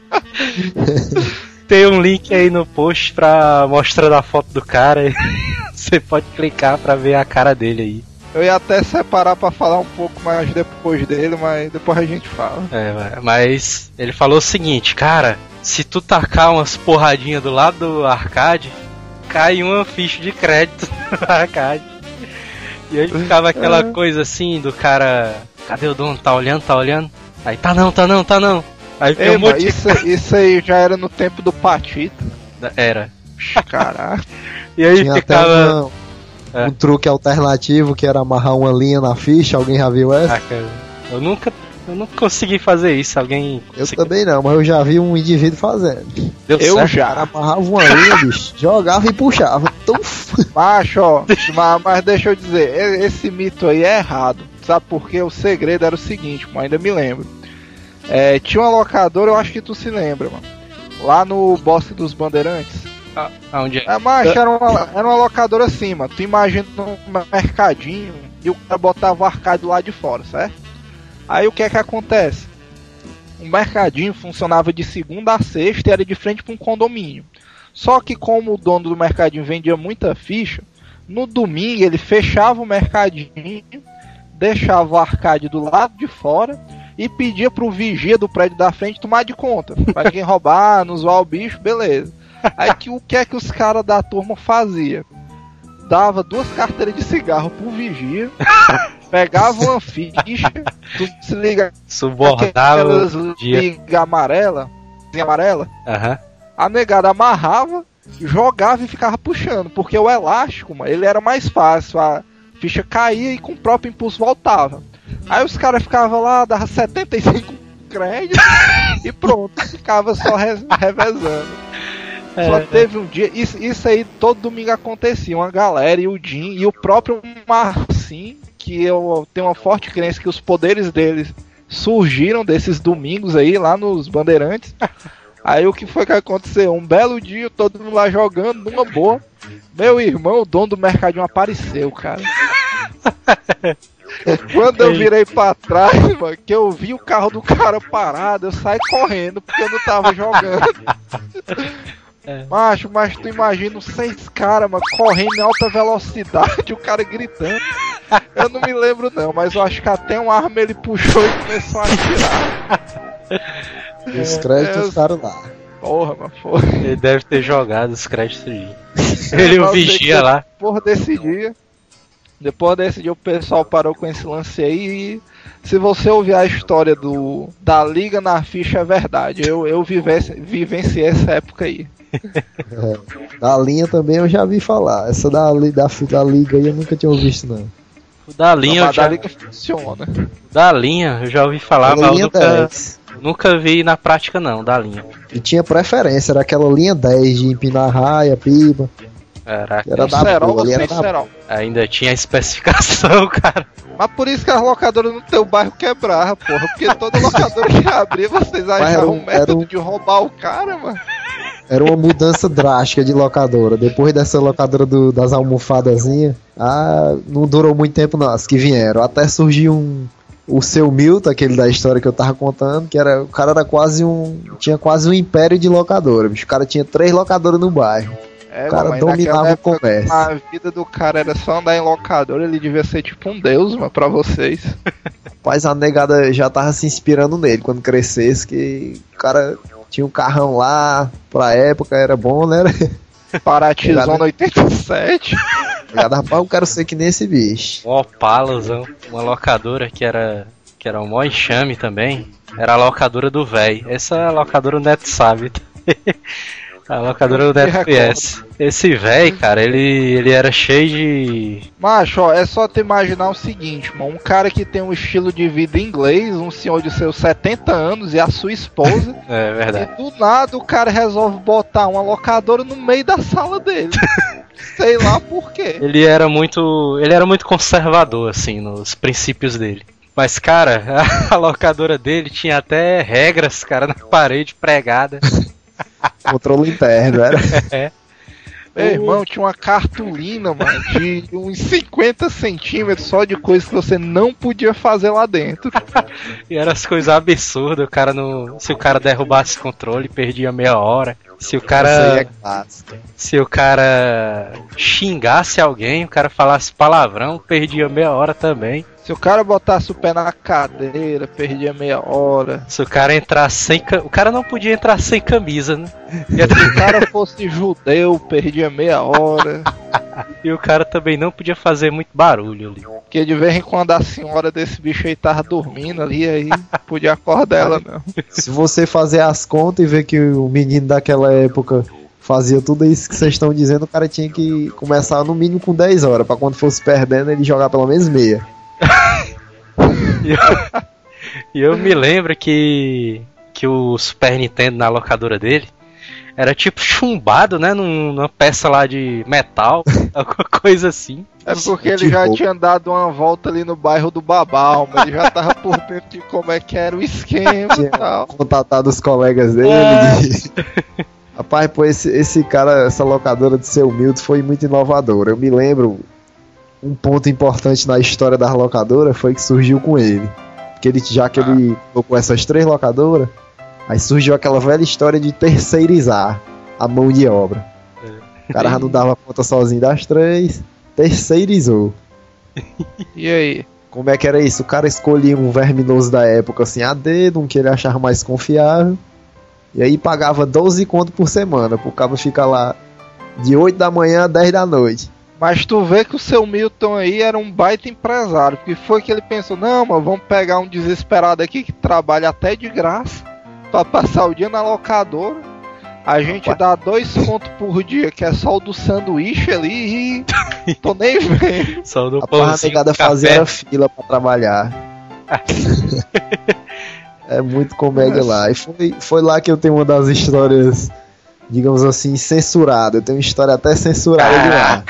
Tem um link aí no post pra mostrar a foto do cara. Você pode clicar pra ver a cara dele aí. Eu ia até separar pra falar um pouco mais depois dele, mas depois a gente fala. Mas ele falou o seguinte, cara, se tu tacar umas porradinhas do lado do arcade, cai uma ficha de crédito no arcade. E aí ficava aquela coisa assim do cara, cadê o dono? Tá olhando? Aí tá não. Aí isso aí já era no tempo do Patito. Era. Caraca. E aí tinha ficava até um truque alternativo que era amarrar uma linha na ficha. Alguém já viu essa? Cara, eu nunca consegui fazer isso. Alguém Eu também não, mas eu já vi um indivíduo fazendo. Deu eu certo? já. O cara amarrava uma linha, bicho, jogava e puxava. Macho, ó, mas deixa eu dizer, esse mito aí é errado. Sabe por quê? O segredo era o seguinte, mas ainda me lembro. Tinha uma locadora, eu acho que tu se lembra, mano. Lá no Bosque dos Bandeirantes. Aonde é? Mas era uma locadora assim, mano. Tu imagina um mercadinho e o cara botava o arcade lá de fora, certo? Aí o que é que acontece? O mercadinho funcionava de segunda a sexta e era de frente para um condomínio. Só que como o dono do mercadinho vendia muita ficha, no domingo ele fechava o mercadinho, deixava o arcade do lado de fora e pedia pro vigia do prédio da frente tomar de conta. Pra quem roubar, não zoar o bicho, beleza. Aí o que é que os caras da turma faziam? Dava 2 carteiras de cigarro pro vigia, pegava uma ficha, tu se liga, subornava liga amarela, Aham. A negada amarrava, jogava e ficava puxando, porque o elástico, mano, ele era mais fácil, a ficha caía e com o próprio impulso voltava. Aí os caras ficavam lá, dava 75 créditos e pronto, ficava só revezando. Só teve um dia, isso aí todo domingo acontecia, uma galera e o Jim e o próprio Marcinho, que eu tenho uma forte crença que os poderes deles surgiram desses domingos aí, lá nos Bandeirantes. Aí o que foi que aconteceu? Um belo dia, todo mundo lá jogando, numa boa, meu irmão, o dono do mercadinho apareceu, cara. Quando eu virei pra trás, mano, que eu vi o carro do cara parado, eu saí correndo, porque eu não tava jogando. Macho, mas tu imagina 6 caras, mano, correndo em alta velocidade, o cara gritando. Eu não me lembro não, mas eu acho que até uma arma ele puxou e começou a atirar. E os créditos ficaram lá. Porra, mano, porra. Ele deve ter jogado os créditos aí. Ele o vigia lá. Depois desse dia o pessoal parou com esse lance aí e se você ouvir a história da Liga na Ficha é verdade. Eu vivenciei essa época aí. Da linha também eu já vi falar. Essa da Liga aí eu nunca tinha visto não. O da linha da Liga funciona. Da linha eu já ouvi falar, mas linha nunca vi na prática não, da linha. E tinha preferência, era aquela linha 10 de empinar raia, piba. Era da cerol, boa, ainda tinha a especificação, cara. Mas por isso que as locadoras no teu bairro quebravam, porra. Porque toda locadora que abria, vocês achavam um método de roubar o cara, mano. Era uma mudança drástica de locadora. Depois dessa locadora das almofadazinhas, não durou muito tempo não, as que vieram. Até surgiu o seu Milton, aquele da história que eu tava contando, que o cara era tinha quase um império de locadora, bicho. O cara tinha 3 locadoras no bairro. O cara dominava o comércio. A vida do cara era só andar em locadora, ele devia ser tipo um deus, mano, pra vocês. Mas a negada já tava se inspirando nele quando crescesse, que o cara tinha um carrão lá, pra época era bom, né? Paratizona 87. Rapaz, eu quero ser que nem esse bicho. Um Opalazão, uma locadora que era um mó enxame também, era a locadora do véi. Essa locadora o Neto sabe. A locadora do Neto conhece. Esse velho, cara, ele era cheio de... Macho, ó, é só te imaginar o seguinte, mano. Um cara que tem um estilo de vida inglês, um senhor de seus 70 anos e a sua esposa. É verdade. E do nada o cara resolve botar uma locadora no meio da sala dele. Sei lá por quê. Ele era muito conservador, assim, nos princípios dele. Mas, cara, a locadora dele tinha até regras, cara, na parede pregada. Controle interno, era. É. Meu irmão, tinha uma cartolina, mano, de uns 50 centímetros só de coisas que você não podia fazer lá dentro. E eram as coisas absurdas. O cara se o cara derrubasse o controle, perdia meia hora. Se o cara xingasse alguém, o cara falasse palavrão, perdia meia hora também. Se o cara botasse o pé na cadeira, perdia meia hora. Se o cara entrasse o cara não podia entrar sem camisa, né? Se o cara fosse judeu, perdia meia hora. E o cara também não podia fazer muito barulho ali. Porque de vez em quando a senhora desse bicho aí tava dormindo ali, aí podia acordar ela, não. Se você fazer as contas e ver que o menino daquela época fazia tudo isso que vocês estão dizendo, o cara tinha que começar no mínimo com 10 horas, pra quando fosse perdendo ele jogar pelo menos meia. E eu me lembro que o Super Nintendo na locadora dele era tipo chumbado, né? Numa peça lá de metal, alguma coisa assim. É porque ele já tinha dado uma volta ali no bairro do Babal, mas ele já tava por dentro de como é que era o esquema e tal. Contatado os colegas dele. Rapaz, pô, esse cara, essa locadora de Seu Milton foi muito inovadora. Eu me lembro, um ponto importante na história da locadora foi que surgiu com ele. Porque ele colocou essas 3 locadoras, aí surgiu aquela velha história de terceirizar a mão de obra. O cara já não dava conta sozinho das 3, terceirizou. E aí? Como é que era isso? O cara escolhia um verminoso da época assim a dedo, um que ele achava mais confiável, e aí pagava 12 conto por semana pro cara ficar lá de 8 da manhã a 10 da noite. Mas tu vê que o Seu Milton aí era um baita empresário, porque foi que ele pensou, não, mas vamos pegar um desesperado aqui que trabalha até de graça pra passar o dia na locadora. A gente dá 2 contos por dia, que é só o do sanduíche ali, e tô nem vendo. Só do a negada fazia fila pra trabalhar. É muito comédia lá. E foi lá que eu tenho uma das histórias, digamos assim, censurada. Eu tenho uma história até censurada de lá.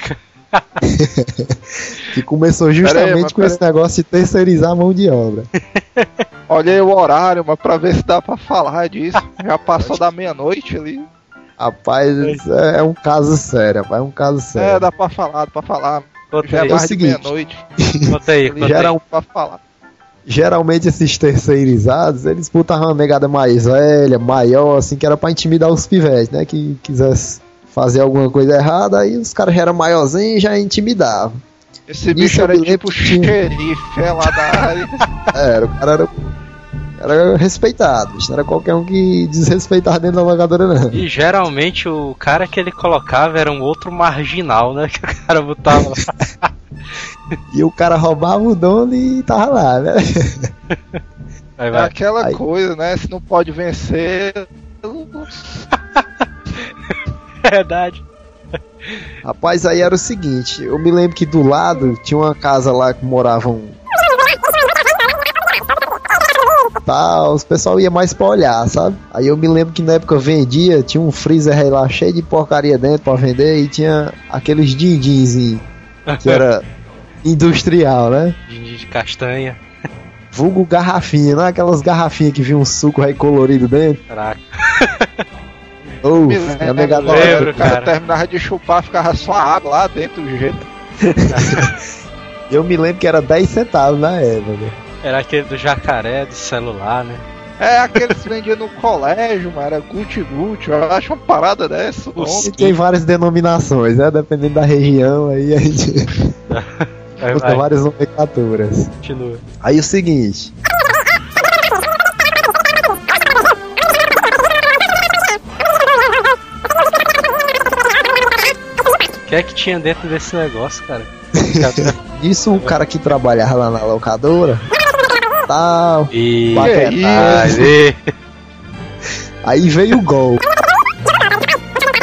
Que começou justamente com esse negócio de terceirizar a mão de obra. Olha aí o horário, mas pra ver se dá pra falar disso. Já passou da meia-noite ali. Rapaz, é um caso sério, rapaz, é um caso sério. É, dá pra falar. Já é mais de meia-noite. Conta aí. Pra falar. Geralmente esses terceirizados, eles botavam uma negada mais velha, maior, assim, que era pra intimidar os pivetes, né? Que quisesse fazer alguma coisa errada, aí os caras já eram maiorzinhos e já intimidavam. Esse bicho era tipo xerife lá da área. O cara era respeitado, não era qualquer um que desrespeitava dentro da locadora, não. E geralmente o cara que ele colocava era um outro marginal, né? Que o cara botava lá. E o cara roubava o dono e tava lá, né? É aquela coisa, né? Se não pode vencer. Verdade. Rapaz, aí era o seguinte, eu me lembro que do lado tinha uma casa lá que moravam os pessoal ia mais pra olhar, sabe? Aí eu me lembro que na época vendia, tinha um freezer aí lá cheio de porcaria dentro pra vender, e tinha aqueles din-dins que era industrial, né? Din-din de castanha. Vulgo garrafinha, não é aquelas garrafinhas que vinha um suco aí colorido dentro? Caraca. É mega o cara terminava de chupar, ficava só água lá dentro do jeito. Eu me lembro que era 10 centavos na época. Era aquele do jacaré, do celular, né? É, aquele que se vendia no colégio, mano, era guti-guti, eu acho uma parada dessa. E tem várias denominações, né? Dependendo da região, aí a gente usa várias nomenclaturas. Continua. Aí o seguinte... O que é que tinha dentro desse negócio, cara? Isso, o cara que trabalhava lá na locadora, tal, paquetagem. Aí veio o gol.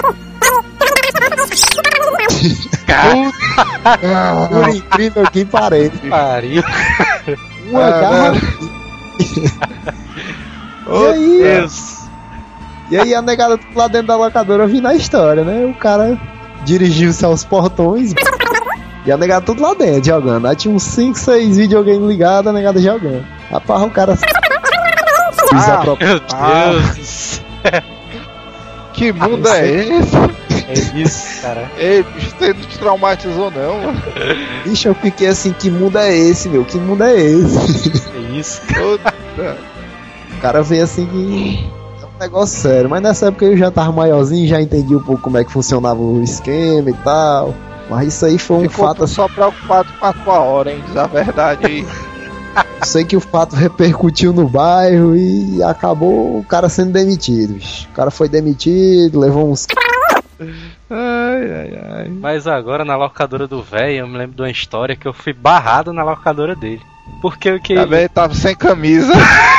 Por incrível que pareça. Pariu. Uma garrafa. E aí a negada lá dentro da locadora vindo a história, né? O cara dirigiu-se aos portões e a negada tudo lá dentro jogando. Aí tinha uns 5, 6 videogames ligados, a negada jogando. Rapaz, o cara meu Deus. Que mundo é esse? É isso, cara. Ei, bicho, você não te traumatizou não, mano? Bicho, eu fiquei assim, que mundo é esse, meu? Que mundo é esse? É isso. O cara veio assim que é um negócio sério. Mas nessa época eu já tava maiorzinho, já entendi um pouco como é que funcionava o esquema e tal. Mas isso aí foi um fato assim. Só preocupado com a tua hora, hein? Diz a verdade aí. Eu sei que o fato repercutiu no bairro e acabou o cara sendo demitido. Bicho. O cara foi demitido, levou uns... Ai. Mas agora na locadora do velho, eu me lembro de uma história que eu fui barrado na locadora dele. Porque o que... Também tava sem camisa.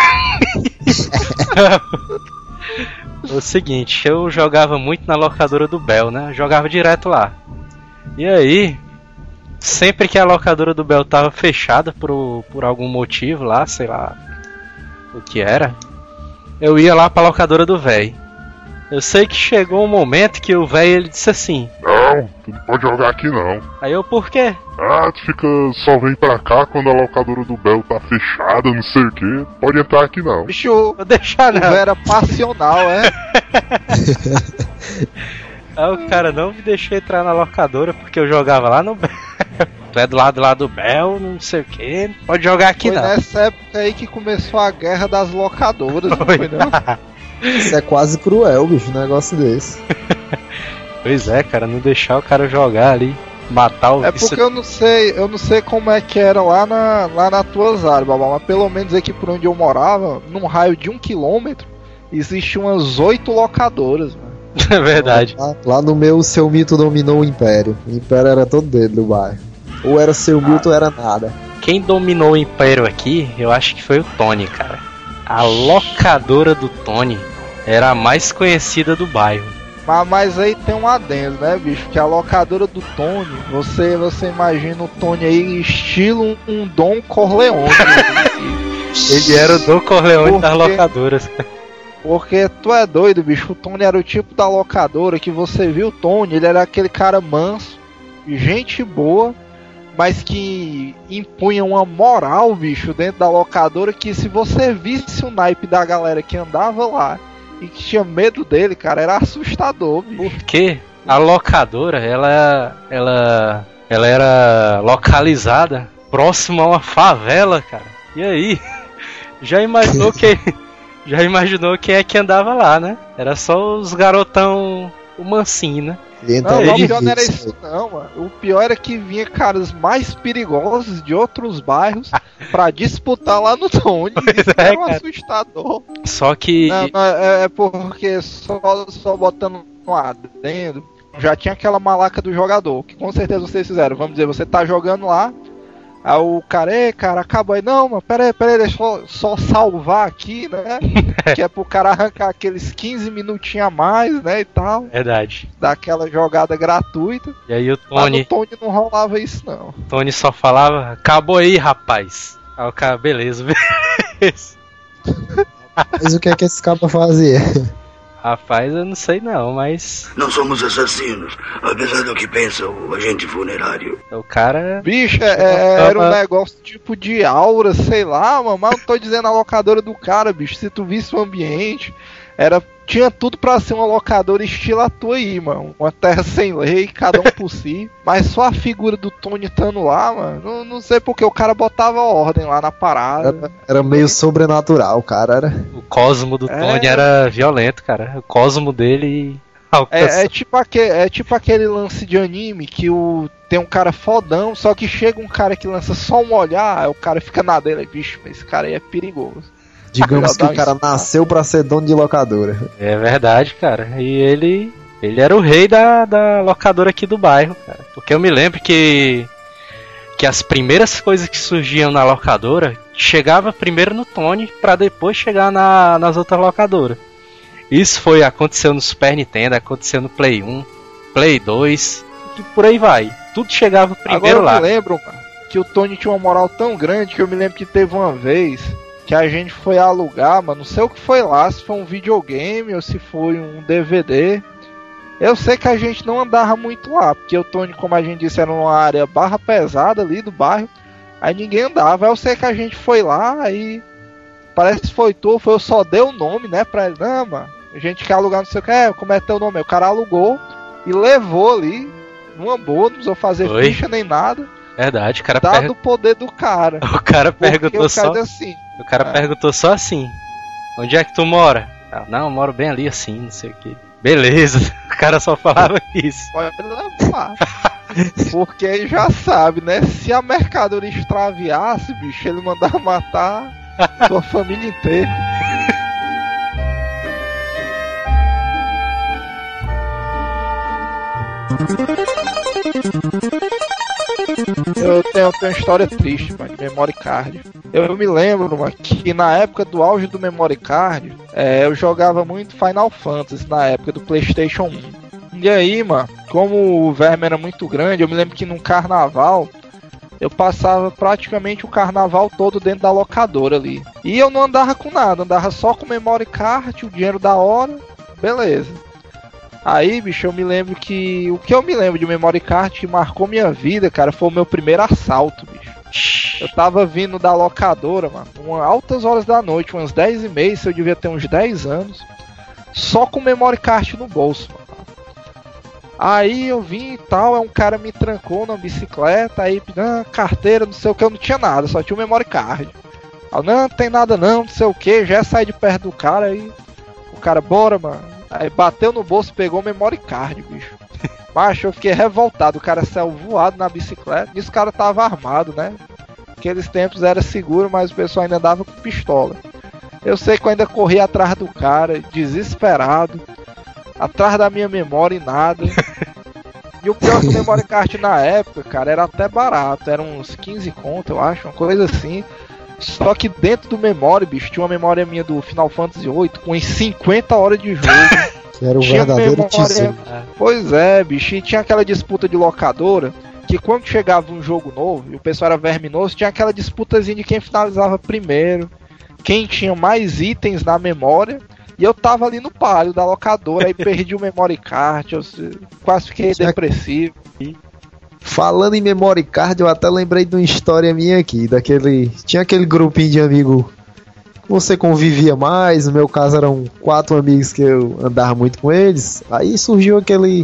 O seguinte, eu jogava muito na locadora do Bel, né? Eu jogava direto lá. E aí, sempre que a locadora do Bel tava fechada por algum motivo lá, sei lá o que era, eu ia lá pra locadora do velho. Eu sei que chegou um momento que o velho ele disse assim: Não, tu não pode jogar aqui não. Aí eu, por quê? Ah, tu fica, só vem pra cá quando a locadora do Bel tá fechada, não sei o que. Pode entrar aqui não. Bicho, Vou deixar não. era passional, é? Aí o cara não me deixou entrar na locadora porque eu jogava lá no Bel. Tu é do lado lá do Bel, não sei o que, pode jogar aqui Foi não. nessa época aí que começou a guerra das locadoras, não foi não? Isso é quase cruel, bicho, um negócio desse. Pois é, cara, não deixar o cara jogar ali, matar o... É porque eu não sei como é que era lá na tuas áreas, babá, mas pelo menos aqui por onde eu morava, num raio de 1 quilômetro, existiam umas 8 locadoras, mano. É verdade. Lá no meu, o seu mito dominou o Império. O Império era todo dele do bairro. Ou era seu mito ou era nada. Quem dominou o Império aqui, eu acho que foi o Tony, cara. A locadora do Tony era a mais conhecida do bairro. Mas aí tem um adendo, né, bicho? Que a locadora do Tony, você imagina o Tony aí estilo um Don Corleone. Ele era o Don Corleone das locadoras. Porque tu é doido, bicho. O Tony era o tipo da locadora que você viu o Tony, ele era aquele cara manso, gente boa, mas que impunha uma moral, bicho, dentro da locadora, que se você visse o naipe da galera que andava lá e que tinha medo dele, cara, era assustador, bicho. Porque a locadora, ela era localizada próximo a uma favela, cara. E aí, já imaginou quem é que andava lá, né? Era só os garotão, o mansinho, né? Não, o pior não era isso não, mano. O pior era que vinha caras mais perigosos de outros bairros pra disputar lá no Tony. Isso era um assustador. Só que... Não, é porque só botando um adendo, já tinha aquela malaca do jogador, que com certeza vocês fizeram. Vamos dizer, você tá jogando lá, aí o cara, acabou aí. Não, mano, pera aí, deixa eu só salvar aqui, né? Que é pro cara arrancar aqueles 15 minutinhos a mais, né, e tal. Verdade. Daquela jogada gratuita. E aí o Tony... Mas no Tony não rolava isso, não. O Tony só falava, acabou aí, rapaz. Aí o cara, beleza. Mas o que é que esse cara fazia? Rapaz, eu não sei não, mas... Não somos assassinos, apesar do que pensa o agente funerário. O cara... Bicho, era um negócio tipo de aura, sei lá, mano, mas não tô dizendo a locadora do cara, bicho. Se tu visse o ambiente, tinha tudo pra ser uma locadora estilo a tua aí, mano. Uma terra sem lei, cada um por si. Mas só a figura do Tony estando lá, mano, não sei porque o cara botava ordem lá na parada. Era meio sobrenatural, cara. Era. O cosmo do Tony era violento, cara. O cosmo dele... É tipo aquele lance de anime que tem um cara fodão, só que chega um cara que lança só um olhar, aí o cara fica na dele, bicho, mas esse cara aí é perigoso. Digamos que o cara nasceu pra ser dono de locadora. É verdade, cara. E ele era o rei da locadora aqui do bairro, cara. Porque eu me lembro que as primeiras coisas que surgiam na locadora chegava primeiro no Tony pra depois chegar nas outras locadoras. Isso aconteceu no Super Nintendo, aconteceu no Play 1, Play 2. e por aí vai. Tudo chegava primeiro lá. Agora eu me lembro, mano, que o Tony tinha uma moral tão grande que eu me lembro que teve uma vez que a gente foi alugar, mano, não sei o que foi lá, se foi um videogame ou se foi um DVD. Eu sei que a gente não andava muito lá, porque o Tony, como a gente disse, era uma área barra pesada ali do bairro, aí ninguém andava. Eu sei que a gente foi lá, aí parece que foi tu, eu só dei o nome, né, pra ele. Não, mano, a gente quer alugar, não sei o que, como é teu nome? Aí o cara alugou e levou ali, numa boa, não precisou fazer ficha nem nada. Verdade, o cara dado o poder do cara. O cara perguntou só assim. O cara perguntou só assim: onde é que tu mora? Não, eu moro bem ali assim, não sei o que. Beleza, o cara só falava isso. Pode levar. Porque aí já sabe, né? Se a mercadoria extraviasse, bicho, ele mandava matar sua família inteira. Eu tenho uma história triste, mano, de memory card. Eu me lembro, mano, que na época do auge do memory card, eu jogava muito Final Fantasy na época do PlayStation 1. E aí, mano, como o verme era muito grande, eu me lembro que num carnaval eu passava praticamente o carnaval todo dentro da locadora ali. E eu não andava com nada, andava só com memory card, o dinheiro da hora, beleza. Aí, bicho, eu me lembro que... O que eu me lembro de memory card que marcou minha vida, cara, foi o meu primeiro assalto, bicho. Eu tava vindo da locadora, mano, altas horas da noite, umas 10h30, eu devia ter uns 10 anos, só com memory card no bolso, mano. Aí eu vim e tal, um cara me trancou na bicicleta, aí, carteira, não sei o que, eu não tinha nada, só tinha o memory card. Eu, não tem nada não sei o que, já saí de perto do cara, aí o cara, bora, mano. Aí bateu no bolso, pegou o memory card, bicho. Macho, eu fiquei revoltado, o cara saiu voado na bicicleta, e esse cara tava armado, né? Aqueles tempos era seguro, mas o pessoal ainda andava com pistola. Eu sei que eu ainda corri atrás do cara, desesperado, atrás da minha memória e nada. E o pior que o memory card na época, cara, era até barato, era uns 15 conto, eu acho, uma coisa assim. Só que dentro do memory, bicho, tinha uma memória minha do Final Fantasy VIII com uns 50 horas de jogo. Que era o verdadeiro tesouro. Pois é, bicho, e tinha aquela disputa de locadora, que quando chegava um jogo novo, e o pessoal era verminoso, tinha aquela disputazinha de quem finalizava primeiro, quem tinha mais itens na memória, e eu tava ali no páreo da locadora, aí perdi o memory card, eu quase fiquei depressivo. Falando em memory card, eu até lembrei de uma história minha aqui, tinha aquele grupinho de amigo que você convivia mais, no meu caso eram 4 amigos que eu andava muito com eles, aí surgiu aquele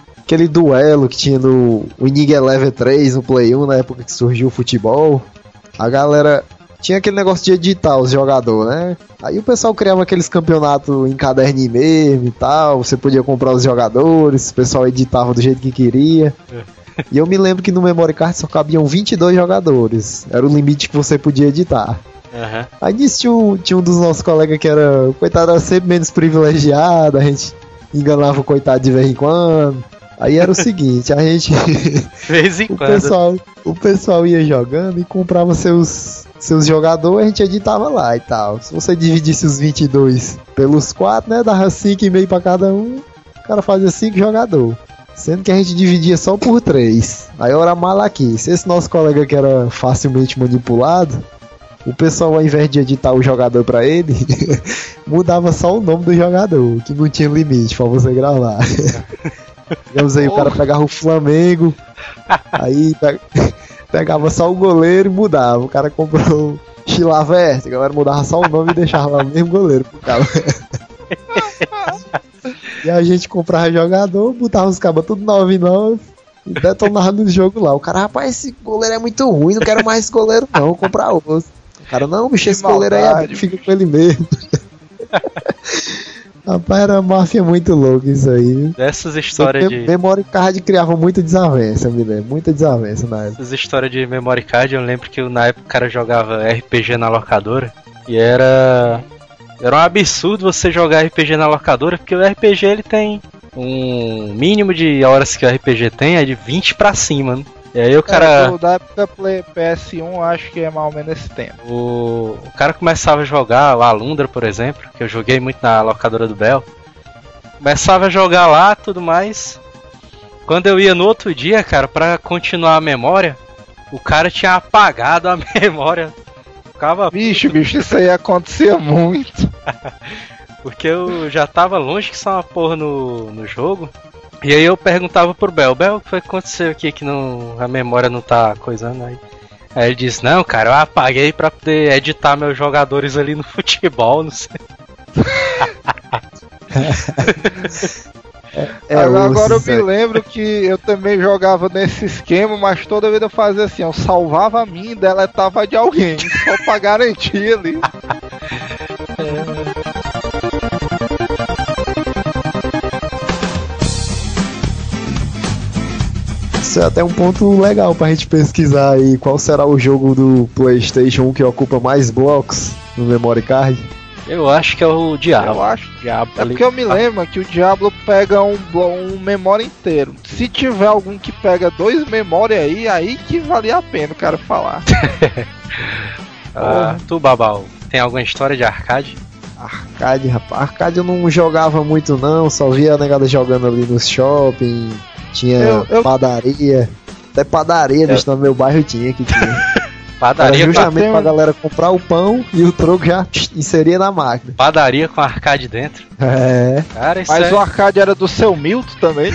duelo que tinha no Winning Eleven 3, no Play 1, na época que surgiu o futebol, a galera tinha aquele negócio de editar os jogadores, né, aí o pessoal criava aqueles campeonatos em caderninho mesmo e tal, você podia comprar os jogadores, o pessoal editava do jeito que queria. E eu me lembro que no memory card só cabiam 22 jogadores. Era o limite que você podia editar. Uhum. Aí nisso tinha um dos nossos colegas que era, coitado, era sempre menos privilegiado. A gente enganava o coitado de vez em quando. Aí era o seguinte, a gente... vez em quando. O pessoal ia jogando e comprava seus jogadores, a gente editava lá e tal. Se você dividisse os 22 pelos 4, né, dava 5,5 pra cada um. O cara fazia 5 jogadores. Sendo que a gente dividia só por 3. Aí era malaquice. Esse nosso colega que era facilmente manipulado, o pessoal, ao invés de editar o jogador pra ele, mudava só o nome do jogador, que não tinha limite pra você gravar. Digamos aí, o cara pegava o Flamengo, aí pegava só o goleiro e mudava. O cara comprou Chilaverte, a galera mudava só o nome e deixava lá o mesmo goleiro pro cara. E a gente comprava jogador, botava os cabos tudo 9-9 e detonava no jogo lá. O cara, rapaz, esse goleiro é muito ruim, não quero mais esse goleiro não, vou comprar outro. O cara, não, bicho, esse goleiro aí fica com ele mesmo. Rapaz, era uma máfia muito louca isso aí. Essas histórias de... Memory card criava muita desavença, me lembro, muita desavença na época. Essas histórias de memory card, eu lembro que na época o cara jogava RPG na locadora e era um absurdo você jogar RPG na locadora, porque o RPG ele tem um mínimo de horas que o RPG tem, é de 20 pra cima, né? E aí o cara... Da época PS1, acho que é mais ou menos esse tempo. O cara começava a jogar o Alundra, por exemplo, que eu joguei muito na locadora do Bel. Começava a jogar lá, tudo mais. Quando eu ia no outro dia, cara, pra continuar a memória, o cara tinha apagado a memória. Ficava... Bicho, isso aí acontecia muito. Porque eu já tava longe que só uma porra no jogo. E aí eu perguntava pro Bel, o que foi que aconteceu aqui que a memória não tá coisando aí? Aí ele disse, não, cara, eu apaguei pra poder editar meus jogadores ali no futebol, não sei. Agora eu me lembro que eu também jogava nesse esquema, mas toda vez eu fazia assim, eu salvava a minha e deletava de alguém, só pra garantir ali. Isso é até um ponto legal pra gente pesquisar aí. Qual será o jogo do PlayStation 1 que ocupa mais blocos no memory card? Eu acho que é o Diablo. Eu acho. É porque eu me lembro que o Diablo pega um memória inteiro. Se tiver algum que pega 2 memórias aí que valia a pena o cara falar. Tu, Babal, tem alguma história de arcade? Arcade, rapaz. Arcade eu não jogava muito não, só via a negada jogando ali no shopping. Tinha padaria. Até padaria, bicho, no meu bairro tinha. Padaria era justamente pra galera comprar o pão e o troco já inseria na máquina. Padaria com arcade dentro. É. Cara, isso mas o arcade era do seu Milton também?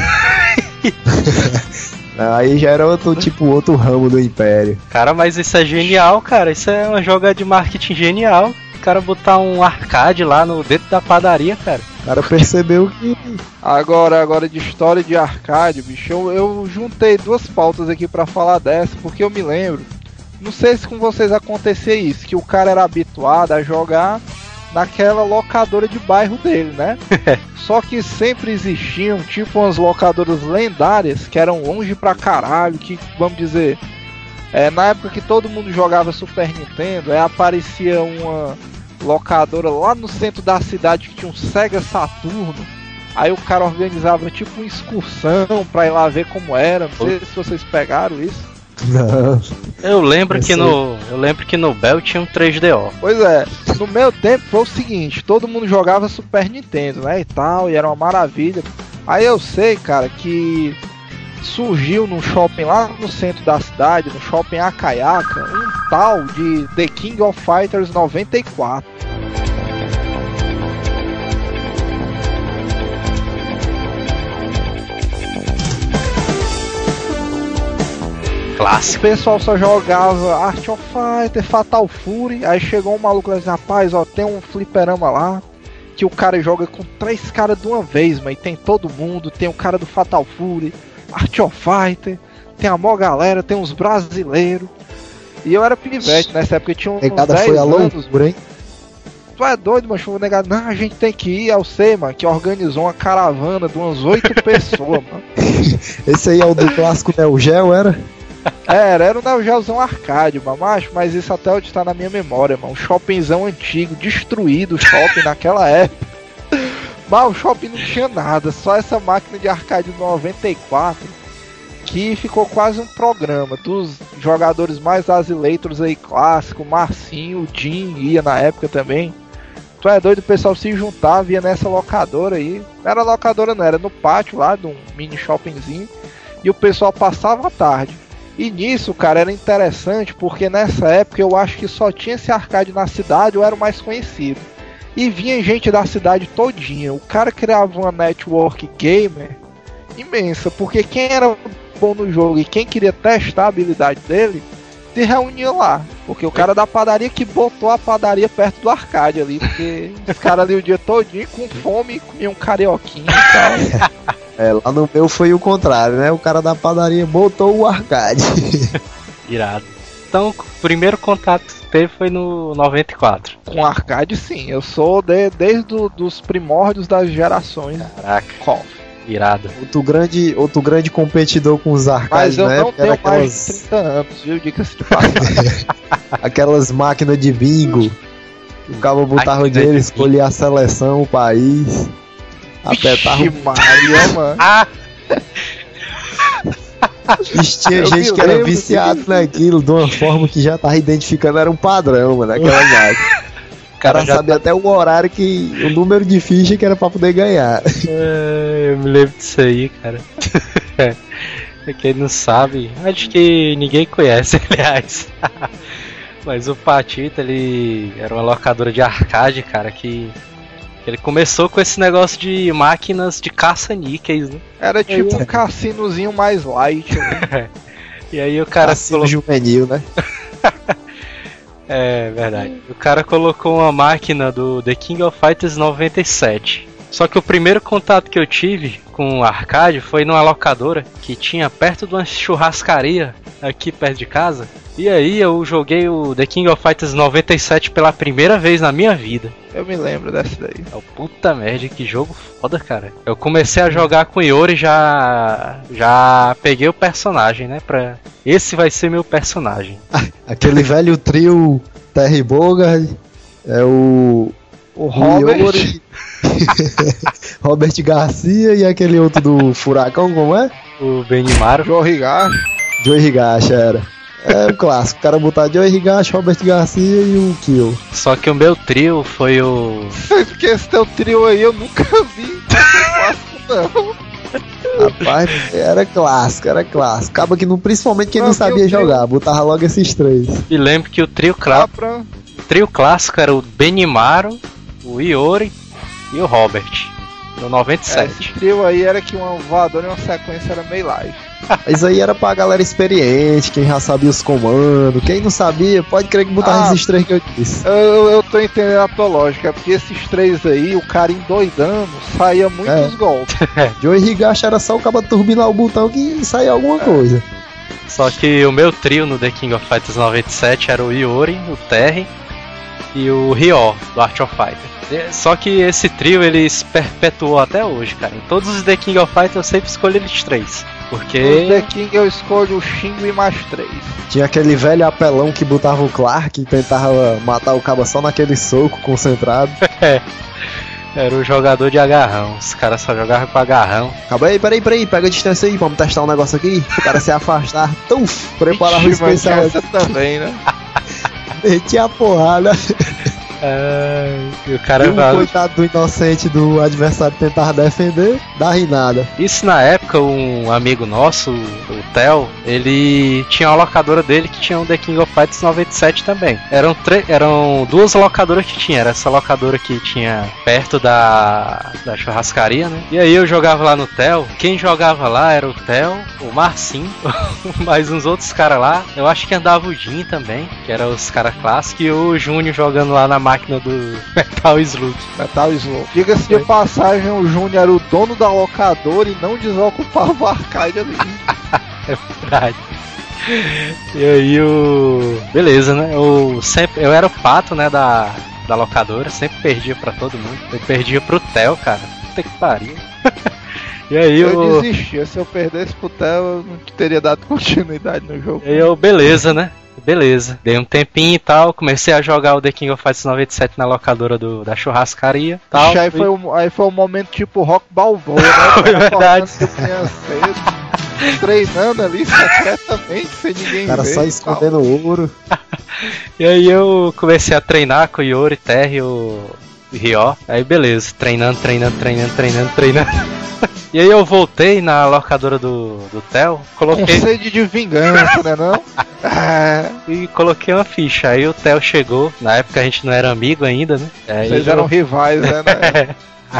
Aí já era outro ramo do império. Cara, mas isso é genial, cara. Isso é uma jogada de marketing genial. O cara botar um arcade lá dentro da padaria, cara. O cara percebeu que... Agora de história de arcade, bicho, eu juntei 2 pautas aqui pra falar dessa, porque eu me lembro, não sei se com vocês acontecia isso, que o cara era habituado a jogar naquela locadora de bairro dele, né? Só que sempre existiam, tipo, umas locadoras lendárias, que eram longe pra caralho, que, vamos dizer, na época que todo mundo jogava Super Nintendo, aparecia uma locadora lá no centro da cidade que tinha um Sega Saturno. Aí o cara organizava tipo uma excursão pra ir lá ver como era. Não sei se vocês pegaram isso. Não. Eu lembro que no Bell tinha um 3DO. Pois é, no meu tempo foi o seguinte, todo mundo jogava Super Nintendo, né, e tal, e era uma maravilha. Aí eu sei, cara, que surgiu num shopping lá no centro da cidade, no shopping Akayaka, um tal de The King of Fighters 94. Clássico. O pessoal só jogava Art of Fighter, Fatal Fury. Aí chegou um maluco lá e disse, rapaz, ó, tem um fliperama lá que o cara joga com 3 caras de uma vez, mas tem todo mundo, tem o cara do Fatal Fury, Art of Fighter, tem a mó galera, tem uns brasileiros. E eu era pinivete, nessa época eu tinha uns 10 foi a anos. loucura, hein? Tu é doido, mas eu vou negar. Não, a gente tem que ir. Eu sei, mano, que organizou uma caravana de umas 8 pessoas, mano. Esse aí é o do clássico Neo Geo, era? Era um Neo Geozão arcade, mamacho, mas isso até hoje tá na minha memória, mano. Um shoppingzão antigo, destruído o shopping naquela época. Mas o shopping não tinha nada, só essa máquina de arcade 94, que ficou quase um programa dos jogadores mais asileiros aí, clássico, Marcinho, o Jim ia na época também. Tu é doido, o pessoal se juntava, ia nessa locadora aí. Não era locadora não, era no pátio lá, de um mini shoppingzinho. E o pessoal passava a tarde. E nisso, cara, era interessante porque nessa época eu acho que só tinha esse arcade na cidade ou era o mais conhecido. E vinha gente da cidade todinha. O cara criava uma network gamer imensa, porque quem era bom no jogo e quem queria testar a habilidade dele, se reunia lá. Porque o cara da padaria que botou a padaria perto do arcade ali, porque os caras ali o dia todinho com fome comiam um carioquinho e tal. Lá no meu foi o contrário, né? O cara da padaria botou o arcade. Irado. Então, o primeiro contato que teve foi no 94. Com arcade, sim. Eu sou desde os primórdios das gerações. Caraca. Irado. Outro grande competidor com os arcades, né? Mas eu não tenho mais de 30 anos, viu? Diga-se de passagem. Aquelas máquinas de bingo. O cara botava o dinheiro, escolhia a seleção, o país. Apertava. Maria, mano. Tinha gente que era viciado naquilo de uma forma que já tava identificando, era um padrão, mano, aquela máquina. O cara sabia até o horário o número de ficha que era pra poder ganhar. Eu me lembro disso aí, cara. Quem não sabe, acho que ninguém conhece, aliás. Mas o Patito, ele era uma locadora de arcade, cara, que ele começou com esse negócio de máquinas de caça-níqueis, né? Era tipo um cassinozinho mais light. Né? E aí o cara Cassino juvenil, né? É verdade. O cara colocou uma máquina do The King of Fighters 97. Só que o primeiro contato que eu tive com o arcade foi numa locadora que tinha perto de uma churrascaria aqui perto de casa. E aí eu joguei o The King of Fighters 97 pela primeira vez na minha vida. Eu me lembro dessa daí. É o puta merda, que jogo foda, cara. Eu comecei a jogar com o Iori e já peguei o personagem, né? Esse vai ser meu personagem. Aquele velho trio Terry Bogard, é o Robert. Iori, Robert Garcia e aquele outro do Furacão, como é? O Benimaru. Joe Higashi era. É o clássico, o cara botar Joe Higashi, Robert Garcia e o Kill. Só que o meu trio foi o... Porque esse teu trio aí eu nunca vi. Não. Rapaz, era clássico. Acaba que principalmente quem não sabia jogar, botava logo esses três. E lembro que o trio clássico era o Benimaru, o Iori e o Robert. No 97. Esse trio aí era que uma voadora e uma sequência era meio live. Isso aí era pra galera experiente, quem já sabia os comandos. Quem não sabia, pode crer que botava esses três que eu disse. Eu tô entendendo a tua lógica, porque esses três aí, o cara endoidando, saía muitos golpes. Joe Higashi era só o cara turbinar o botão que saía alguma coisa. Só que o meu trio no The King of Fighters 97 era o Iori, o Terry e o Ryo, do Art of Fighter. Só que esse trio ele se perpetuou até hoje, cara. Em todos os The King of Fighters eu sempre escolho eles três. Porque... No The King eu escolho o Shingo e mais três. Tinha aquele velho apelão que botava o Clark e tentava matar o cabo só naquele soco concentrado. Era o jogador de agarrão. Os caras só jogavam com agarrão. Acaba aí, peraí, pega a distância aí, vamos testar um negócio aqui. O cara se afastar, preparar o especial. Essa também, né? Metia a porrada. E o cara coitado do inocente do adversário tentava defender, dá nada. Isso na época, um amigo nosso, o Theo, ele tinha uma locadora dele que tinha um The King of Fighters 97 também. Eram duas locadoras que tinha. Era essa locadora que tinha perto da churrascaria, né? E aí eu jogava lá no Theo. Quem jogava lá era o Theo, o Marcinho, mais uns outros caras lá. Eu acho que andava o Jim também, que eram os caras clássicos, e o Júnior jogando lá na máquina do Metal Slug. Diga-se de passagem, o Júnior era o dono da locadora e não desocupava o arcade ali. É verdade. E aí beleza, né? Eu era o pato, né, da locadora, sempre perdia pra todo mundo. Eu perdia pro Theo, cara. Puta que pariu. E aí eu desistia, se eu perdesse pro Theo, eu não teria dado continuidade no jogo. E aí beleza, né? Beleza, dei um tempinho e tal, comecei a jogar o The King of Fighters 97 na locadora da churrascaria tal. Aí foi um momento tipo Rock Balboa, né? Foi verdade. Treinando ali secretamente, sem ninguém ver. O cara só escondendo ouro. E aí eu comecei a treinar com o Iori, Terry e o Ryo. Aí beleza, treinando. E aí eu voltei na locadora do Theo, coloquei... Com sede de vingança, né não? E coloquei uma ficha. Aí o Theo chegou, na época a gente não era amigo ainda, né? Vocês eram rivais, né?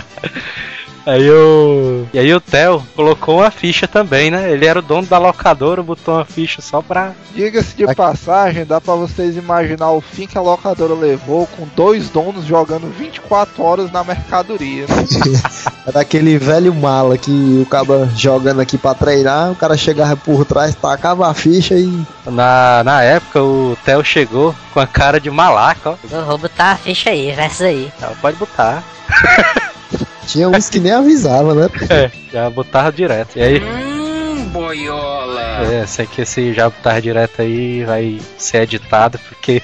E aí o Theo colocou uma ficha também, né? Ele era o dono da locadora, botou uma ficha só pra... Diga-se de passagem, dá pra vocês imaginar o fim que a locadora levou com dois donos jogando 24 horas na mercadoria. Né? Era aquele velho mala que o cara jogando aqui pra treinar, o cara chegava por trás, tacava a ficha e... Na época o Theo chegou com a cara de malaca, ó. Eu vou botar a ficha aí, versus aí. Não, pode botar. Tinha uns que nem avisava, né? Já botava direto. E aí... boiola! Sei que esse já botar direto aí vai ser editado, porque...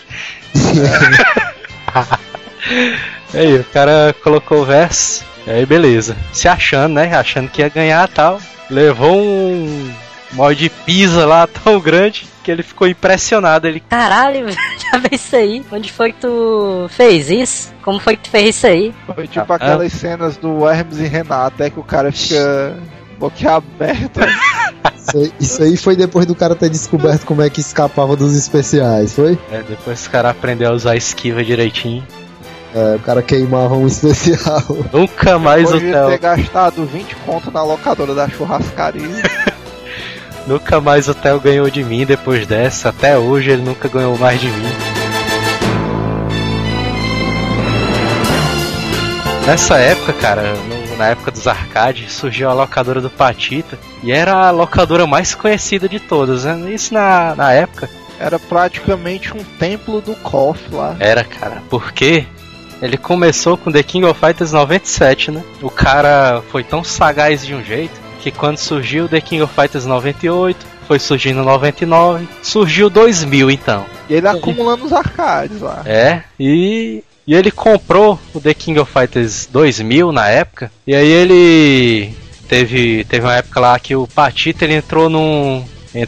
Aí o cara colocou o verso, e aí beleza. Se achando, né? Achando que ia ganhar e tal. Levou um molde de pizza lá tão grande que ele ficou impressionado. Ele... Caralho, já vi isso aí. Onde foi que tu fez isso? Como foi que tu fez isso aí? Foi tipo aquelas cenas do Hermes e Renato, até que o cara fica Boquiaberto. Isso aí foi depois do cara ter descoberto como é que escapava dos especiais, foi? É, depois o cara aprendeu a usar a esquiva direitinho. É, o cara queimava um especial. Nunca mais o Theo ter gastado 20 conto na locadora da churrascaria. Nunca mais o Theo ganhou de mim depois dessa. Até hoje ele nunca ganhou mais de mim. Nessa época, cara, na época dos arcades, surgiu a locadora do Patita. E era a locadora mais conhecida de todas, né? Isso na época. Era praticamente um templo do KOF lá. Era, cara. Por quê? Ele começou com The King of Fighters 97, né? O cara foi tão sagaz de um jeito que quando surgiu The King of Fighters 98, foi surgindo 99, surgiu 2000 então. E ele acumulando os arcades lá. É, e ele comprou o The King of Fighters 2000 na época, e aí ele teve uma época lá que o Patita ele entrou numa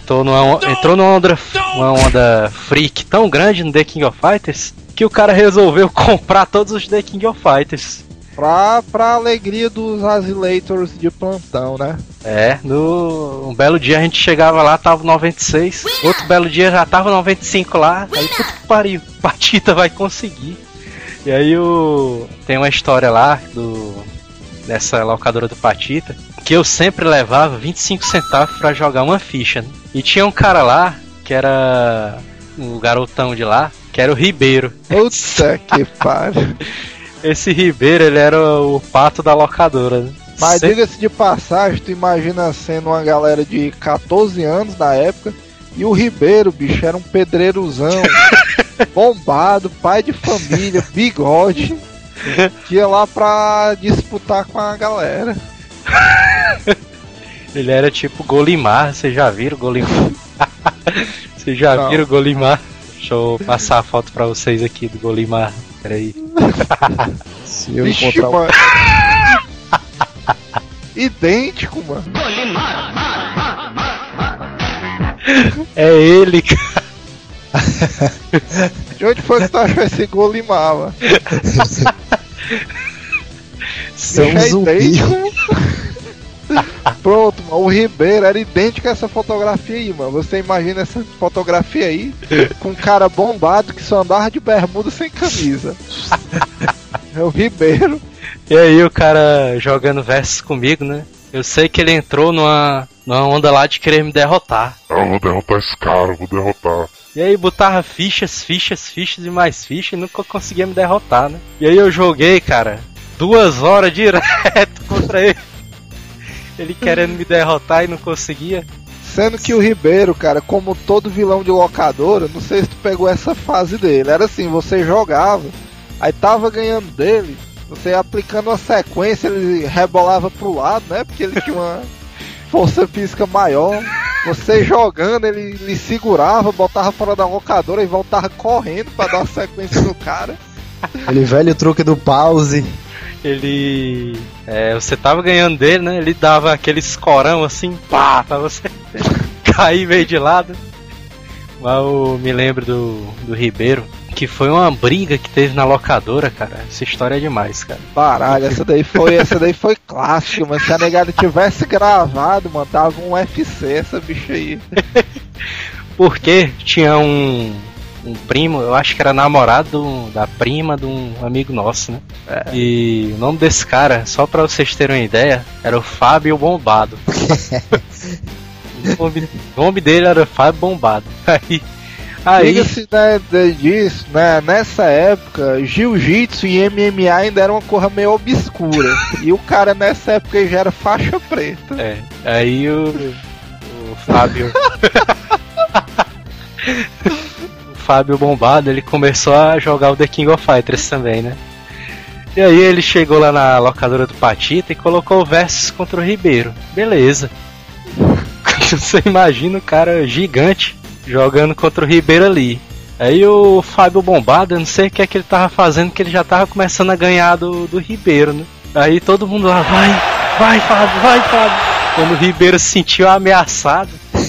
onda freak tão grande no The King of Fighters que o cara resolveu comprar todos os The King of Fighters. Pra alegria dos asilators de plantão, né? É, um belo dia a gente chegava lá, tava 96. Outro belo dia já tava 95 lá. Aí puta que pariu, Patita vai conseguir. E aí tem uma história lá dessa locadora do Patita que eu sempre levava 25 centavos pra jogar uma ficha, né? E tinha um cara lá que era um garotão de lá, que era o Ribeiro. Puta que pariu. Esse Ribeiro, ele era o pato da locadora, né? Mas diga-se de passagem, tu imagina sendo uma galera de 14 anos na época, e o Ribeiro, bicho, era um pedreirozão, bombado, pai de família, bigode, que ia lá pra disputar com a galera. Ele era tipo Golimar, vocês já viram o Golimar? Vocês já viram o Golimar? Deixa eu passar a foto pra vocês aqui do Golimar. Peraí. Se eu encontrar mano. Idêntico, mano. É ele, cara. De onde foi que tu achou esse Golimar, mano? São idêntico. Pronto, mano, o Ribeiro era idêntico a essa fotografia aí, mano. Você imagina essa fotografia aí com um cara bombado que só andava de bermuda sem camisa. É o Ribeiro. E aí o cara jogando versus comigo, né? Eu sei que ele entrou numa onda lá de querer me derrotar. Eu vou derrotar esse cara, vou derrotar. E aí botava fichas e mais fichas e nunca conseguia me derrotar, né? E aí eu joguei, cara, 2 horas direto contra ele. Ele querendo me derrotar e não conseguia. Sendo que o Ribeiro, cara, como todo vilão de locadora, não sei se tu pegou essa fase dele. Era assim, você jogava, aí tava ganhando dele, você ia aplicando uma sequência, ele rebolava pro lado, né? Porque ele tinha uma força física maior. Você jogando, ele lhe segurava, botava fora da locadora e voltava correndo pra dar uma sequência no cara. Aquele velho truque do pause. Ele... você tava ganhando dele, né? Ele dava aquele escorão assim, pá, pra você cair meio de lado. Mas eu me lembro do Ribeiro, que foi uma briga que teve na locadora, cara. Essa história é demais, cara. Baralho, essa daí foi clássica, mas se a negada tivesse gravado, mano, dava um UFC essa bicha aí. Porque tinha um primo, eu acho que era namorado da prima de um amigo nosso, né? É. E o nome desse cara, só pra vocês terem uma ideia, era o Fábio Bombado. O nome dele era Fábio Bombado. Aí diga-se disso, né? Nessa época, Jiu-Jitsu e MMA ainda era uma coisa meio obscura. E o cara nessa época já era faixa preta. É, aí o Fábio... Fábio Bombado, ele começou a jogar o The King of Fighters também, né? E aí ele chegou lá na locadora do Patita e colocou o versus contra o Ribeiro. Beleza. Você imagina o cara gigante jogando contra o Ribeiro ali. Aí o Fábio Bombado, eu não sei o que é que ele tava fazendo, que ele já tava começando a ganhar do Ribeiro, né? Aí todo mundo lá, vai Fábio. Quando o Ribeiro se sentiu ameaçado...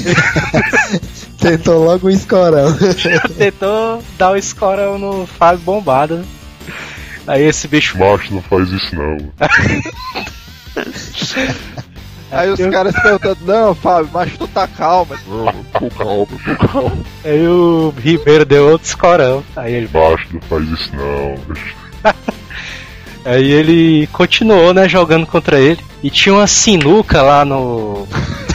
Tentou logo um escorão. Tentou dar um escorão no Fábio Bombado, né? Aí esse bicho... Macho, não faz isso não. Aí os caras perguntando, não, Fábio, mas tu tá calma. Não, tô calmo. Aí o Ribeiro deu outro escorão. Aí ele... Baixo, não faz isso não. Aí ele continuou, né, jogando contra ele. E tinha uma sinuca lá no...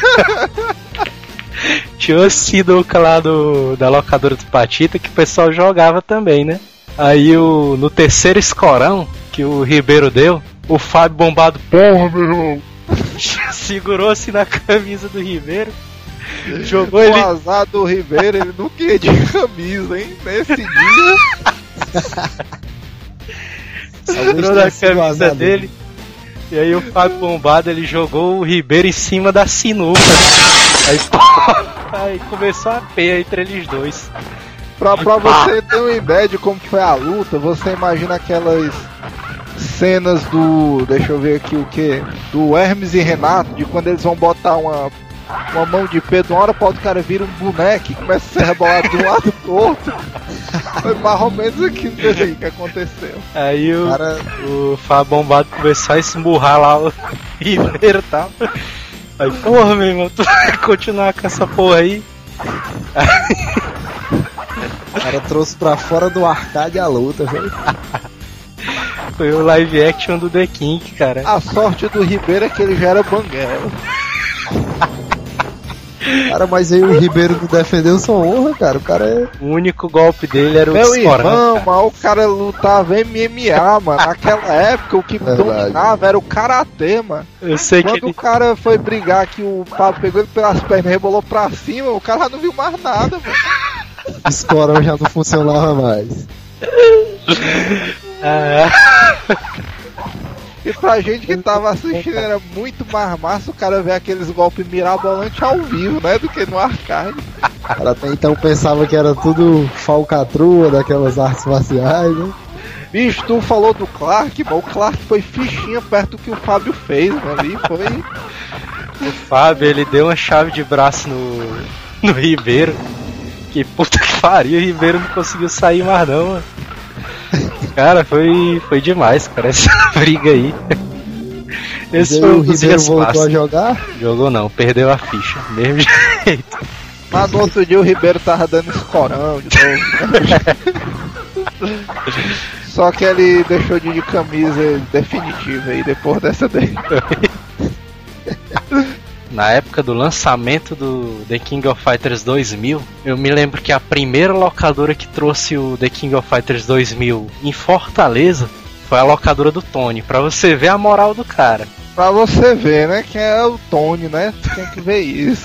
Tinha uma sinuca lá da locadora do Patita que o pessoal jogava também, né? Aí no terceiro escorão que o Ribeiro deu, o Fábio bombado, Porra, meu irmão. segurou assim na camisa do Ribeiro, jogou ele... O azar do Ribeiro, ele não queria de camisa, hein? Nesse dia. Segurou na camisa dele. E aí o Fábio bombado, ele jogou o Ribeiro em cima da sinuca. Aí começou a peia entre eles dois. Pra você ter uma ideia de como foi a luta, você imagina aquelas cenas do... Deixa eu ver aqui o que? Do Hermes e Renato, de quando eles vão botar uma mão de pé, de uma hora pra outra o cara vira um boneco e começa a ser rebolado de um lado pro outro. Foi mais ou menos aquilo aí que aconteceu. Aí o Fábio bombado começou a esmurrar lá o Ribeiro e tal. Aí, porra, meu irmão, tu vai continuar com essa porra aí? O cara trouxe pra fora do arcade a luta, velho. Foi o live action do The King, cara. A sorte do Ribeiro é que ele já era banguelo. Cara, mas aí o Ribeiro não defendeu sua honra, cara. O cara é... O único golpe dele era o Meu escorão, irmão, cara. mas o cara lutava MMA, mano. Naquela época o que dominava era o karatê, mano. Eu sei Quando que o cara foi brigar que o Fábio pegou ele pelas pernas e rebolou pra cima, o cara não viu mais nada, mano. O escorão já não funcionava mais. E pra gente que tava assistindo era muito mais massa o cara ver aqueles golpes mirabolantes ao vivo, né? Do que no arcade. O cara até então pensava que era tudo falcatrua daquelas artes marciais, né? Bicho, tu falou do Clark, mas o Clark foi fichinha perto do que o Fábio fez, mano. Ali foi. O Fábio, ele deu uma chave de braço no Ribeiro. Que puta que pariu, o Ribeiro não conseguiu sair mais não, mano. Cara, foi demais, cara, essa briga aí. Esse foi o Ribeiro voltou a jogar? Jogou não, perdeu a ficha, mesmo jeito. Mas no outro dia o Ribeiro tava dando escorão de novo. Só que ele deixou de ir de camisa definitiva aí, depois dessa daí. Na época do lançamento do The King of Fighters 2000, eu me lembro que a primeira locadora que trouxe o The King of Fighters 2000 em Fortaleza foi a locadora do Tony, pra você ver a moral do cara. Pra você ver, né, quem é o Tony, né, tem que ver isso.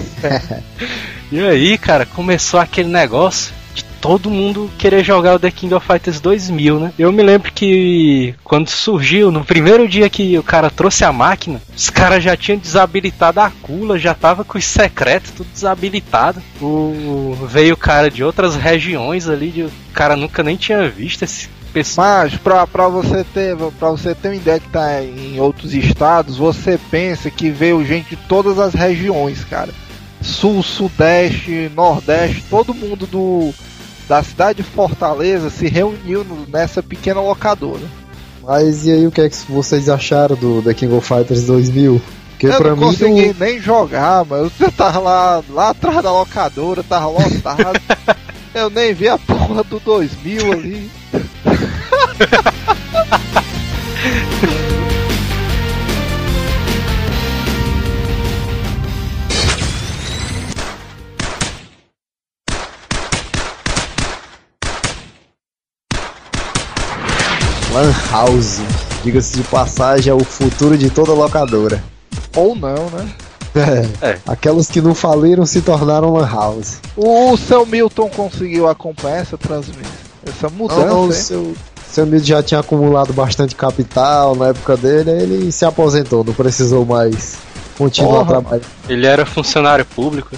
E aí, cara, começou aquele negócio de todo mundo querer jogar o The King of Fighters 2000, né? Eu me lembro que quando surgiu, no primeiro dia que o cara trouxe a máquina, os caras já tinham desabilitado a Cula, já tava com os secretos tudo desabilitado. Veio o cara de outras regiões ali, o cara nunca nem tinha visto esse pessoal. Mas pra você ter uma ideia que tá em outros estados, você pensa que veio gente de todas as regiões, cara. Sul, Sudeste, Nordeste, todo mundo da cidade de Fortaleza se reuniu nessa pequena locadora. Mas e aí, o que é que vocês acharam do The King of Fighters 2000? Porque eu pra não consegui nem jogar, mas eu tava lá atrás da locadora, tava lotado. Eu nem vi a porra do 2000 ali. Lan House, diga-se de passagem, é o futuro de toda locadora. Ou não, né? Aquelas que não faliram se tornaram Lan House. O seu Milton conseguiu acompanhar essa mudança? Não, o seu Milton já tinha acumulado bastante capital na época dele, aí ele se aposentou, não precisou mais continuar trabalhando. Ele era funcionário público.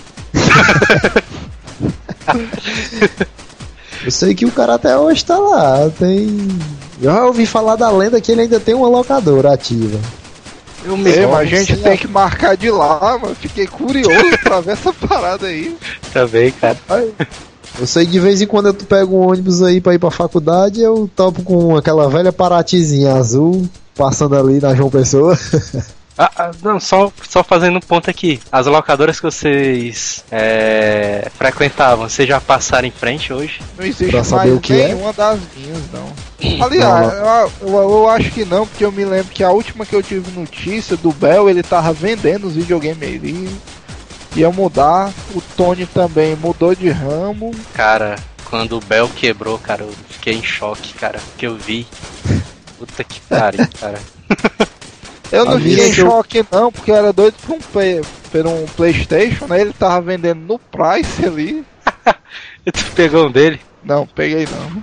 Eu sei que o cara até hoje tá lá, Eu já ouvi falar da lenda que ele ainda tem uma locadora ativa. Mas a gente tem que marcar de lá, mano. Fiquei curioso pra ver essa parada aí. Também, cara. Eu sei que de vez em quando eu pego um ônibus aí pra ir pra faculdade, eu topo com aquela velha Paratizinha azul, passando ali na João Pessoa. Não, só fazendo um ponto aqui. As locadoras que vocês frequentavam, vocês já passaram em frente hoje? Não existe Pra saber mais o que nenhuma das minhas, não. Aliás, eu acho que não, porque eu me lembro que a última que eu tive notícia do Bel, ele tava vendendo os videogames aí. Ia mudar, o Tony também mudou de ramo. Cara, quando o Bel quebrou, cara, eu fiquei em choque, cara, porque eu vi. Puta que pariu, cara. Eu não fiquei em choque não, porque eu era doido por um PlayStation, né? Ele tava vendendo no Price ali. E tu pegou um dele? Não, peguei não.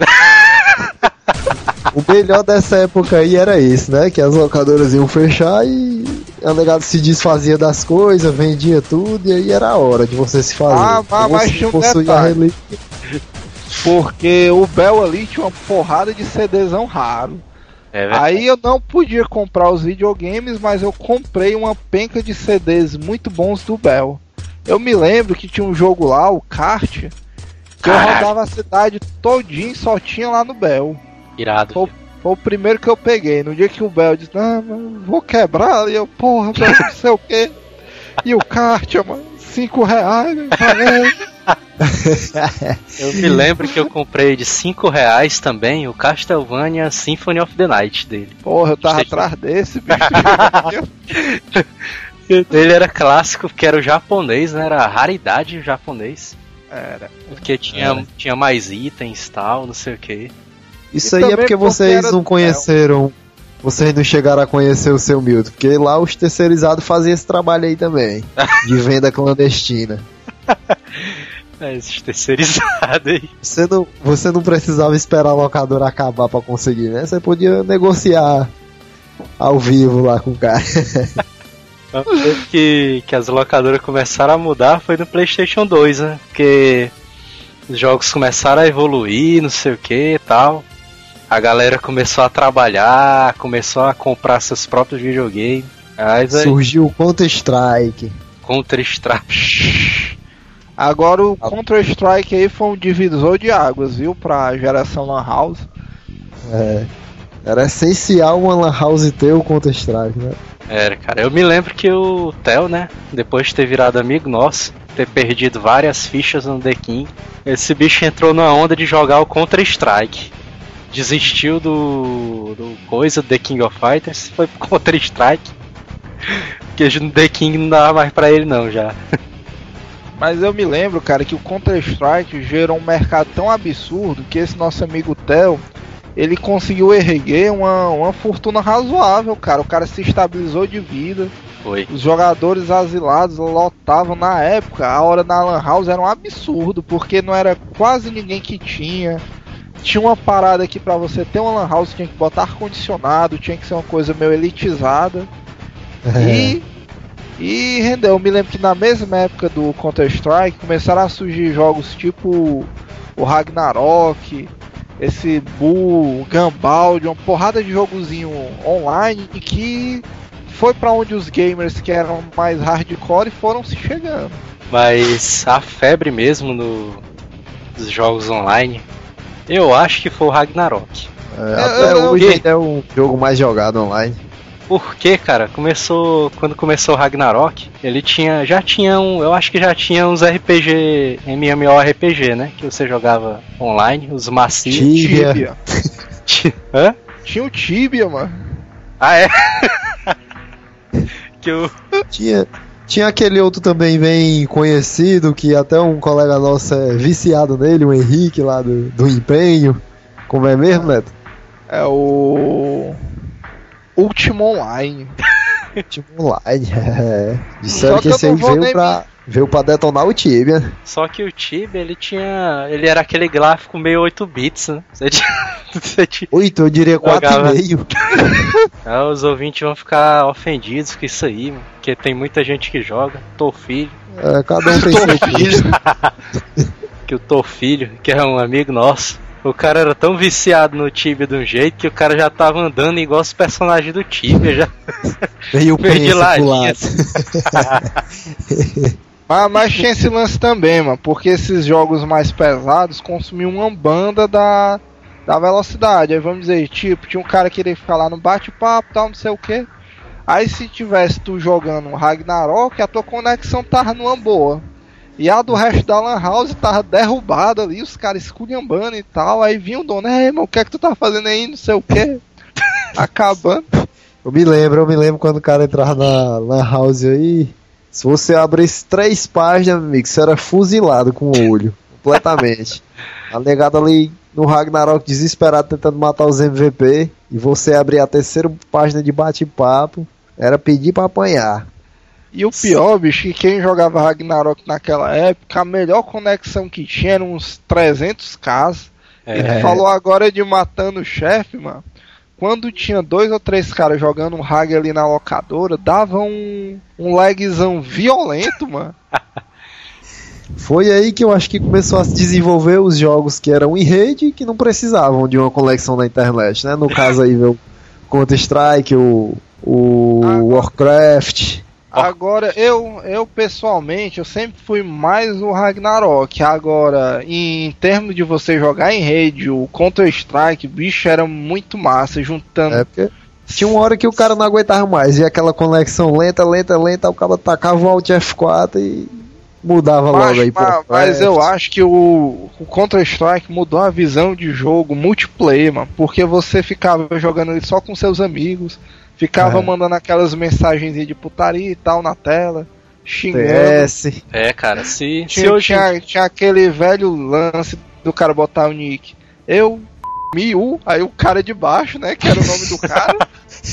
O melhor dessa época aí era esse, né? Que as locadoras iam fechar e a negada se desfazia das coisas, vendia tudo e aí era a hora de você se fazer. Mas tinha um detalhe. Porque o Bel ali tinha uma porrada de CDzão raro. Aí eu não podia comprar os videogames, mas eu comprei uma penca de CDs muito bons do Bel. Eu me lembro que tinha um jogo lá, o Kart, que eu rodava a cidade todinha e só tinha lá no Bel. Irado. Foi o primeiro que eu peguei. No dia que o Bel disse, mano, vou quebrar, e eu, porra, Bel, não sei o que. E o Kart, mano, R$5, valeu. Eu me lembro que eu comprei de R$5 também o Castlevania Symphony of the Night dele. Porra, eu tava atrás desse, bicho. Ele era clássico, porque era o japonês, né? Era a raridade japonês. Era. Porque tinha mais itens e tal, não sei o que. Isso aí é porque vocês não conheceram. Vocês não chegaram a conhecer o seu Milton. Porque lá os terceirizados faziam esse trabalho aí também. De venda clandestina. Esses terceirizados aí. Você não precisava esperar a locadora acabar pra conseguir, né? Você podia negociar ao vivo lá com o cara. Que as locadoras começaram a mudar foi no PlayStation 2, né? Porque os jogos começaram a evoluir, não sei o que e tal. A galera começou a trabalhar, começou a comprar seus próprios videogames. Surgiu o Counter-Strike. Agora o Counter-Strike aí foi um divisor de águas, viu? Pra geração Lan House. Era essencial uma Lan House ter o Counter-Strike, né? Era, cara. Eu me lembro que o Theo, né? Depois de ter virado amigo nosso, ter perdido várias fichas no The King, esse bicho entrou na onda de jogar o Counter-Strike. Desistiu do The King of Fighters, foi pro Counter-Strike. Porque no The King não dava mais pra ele não, já. Mas eu me lembro, cara, que o Counter-Strike gerou um mercado tão absurdo que esse nosso amigo Theo, ele conseguiu erguer uma fortuna razoável, cara. O cara se estabilizou de vida. Foi. Os jogadores asilados lotavam na época. A hora na Lan House era um absurdo, porque não era quase ninguém que tinha. Tinha uma parada que pra você ter uma Lan House tinha que botar ar-condicionado, tinha que ser uma coisa meio elitizada. E rendeu. Eu me lembro que na mesma época do Counter-Strike começaram a surgir jogos tipo o Ragnarok, esse Bull, Gunbound, uma porrada de jogozinho online que foi pra onde os gamers que eram mais hardcore foram se chegando. Mas a febre mesmo dos jogos online, eu acho que foi o Ragnarok. Até hoje é o jogo mais jogado online. Porque, cara, quando começou o Ragnarok, ele eu acho que já tinha uns RPG, MMORPG, né? Que você jogava online, os massivos. Tibia. Hã? Tinha o Tibia, mano. Ah, é? Tinha aquele outro também bem conhecido, que até um colega nosso é viciado nele, o Henrique lá do Empenho. Como é mesmo, Neto? É o Ultima Online. Ultima Online, Disseram que esse aí veio pra detonar o Tibia. Só que o Tibia, ele era aquele gráfico meio 8 bits, né? 8, eu diria 4,5. Os ouvintes vão ficar ofendidos com isso aí, mano, porque tem muita gente que joga. Torfilho. Cada um tem seu filho. Que o Torfilho, que é um amigo nosso, o cara era tão viciado no Tibia de um jeito que o cara já tava andando igual os personagens do Tibia, já. Veio perdi larinha. Mas tinha esse lance também, mano, porque esses jogos mais pesados consumiam uma banda da velocidade. Aí vamos dizer, tipo, tinha um cara que queria ficar lá no bate-papo, tal, não sei o que. Aí se tivesse tu jogando um Ragnarok, a tua conexão tava numa boa. E a do resto da Lan House tava derrubada ali, os caras esculhambando e tal. Aí vinha o dono, irmão, o que é que tu tá fazendo aí, não sei o que. Acabando. Eu me lembro quando o cara entrava na Lan House aí. Se você abrisse 3 páginas, meu amigo, você era fuzilado com o olho. Completamente. A negada ali no Ragnarok desesperado tentando matar os MVP. E você abrir a 3ª página de bate-papo. Era pedir pra apanhar. E o pior, bicho, que quem jogava Ragnarok naquela época, a melhor conexão que tinha era uns 300k. Ele falou agora de matando o chefe, mano. Quando tinha 2 ou 3 caras jogando um Rag ali na locadora, dava um lagzão violento, mano. Foi aí que eu acho que começou a se desenvolver os jogos que eram em rede e que não precisavam de uma conexão na internet, né? No caso aí, o Counter-Strike, o Warcraft. Agora, eu pessoalmente, eu sempre fui mais o Ragnarok. Agora, em termos de você jogar em rede, o Counter-Strike, bicho, era muito massa, juntando... É porque tinha uma hora que o cara não aguentava mais, e aquela conexão lenta, o cara tacava o Alt F4 e mudava logo aí. Mas eu acho que o Counter-Strike mudou a visão de jogo multiplayer, mano, porque você ficava jogando ele só com seus amigos... Ficava mandando aquelas mensagens de putaria e tal na tela, xingando. PS. Cara, se hoje... tinha aquele velho lance do cara botar o nick. Miu, aí o cara de baixo, né, que era o nome do cara.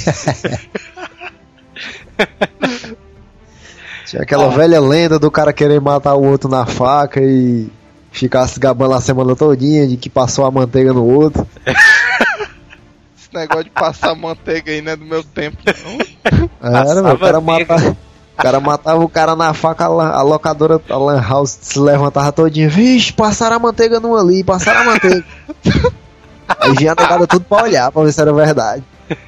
Tinha aquela velha lenda do cara querer matar o outro na faca e ficar se gabando a semana todinha de que passou a manteiga no outro. Negócio de passar manteiga aí, né, do meu tempo, não. Era, meu, o cara matava o cara na faca, a locadora, a Lan House se levantava todinha. Vixe, passaram a manteiga num ali, passaram a manteiga. Aí vinha a negada tudo pra olhar, pra ver se era verdade.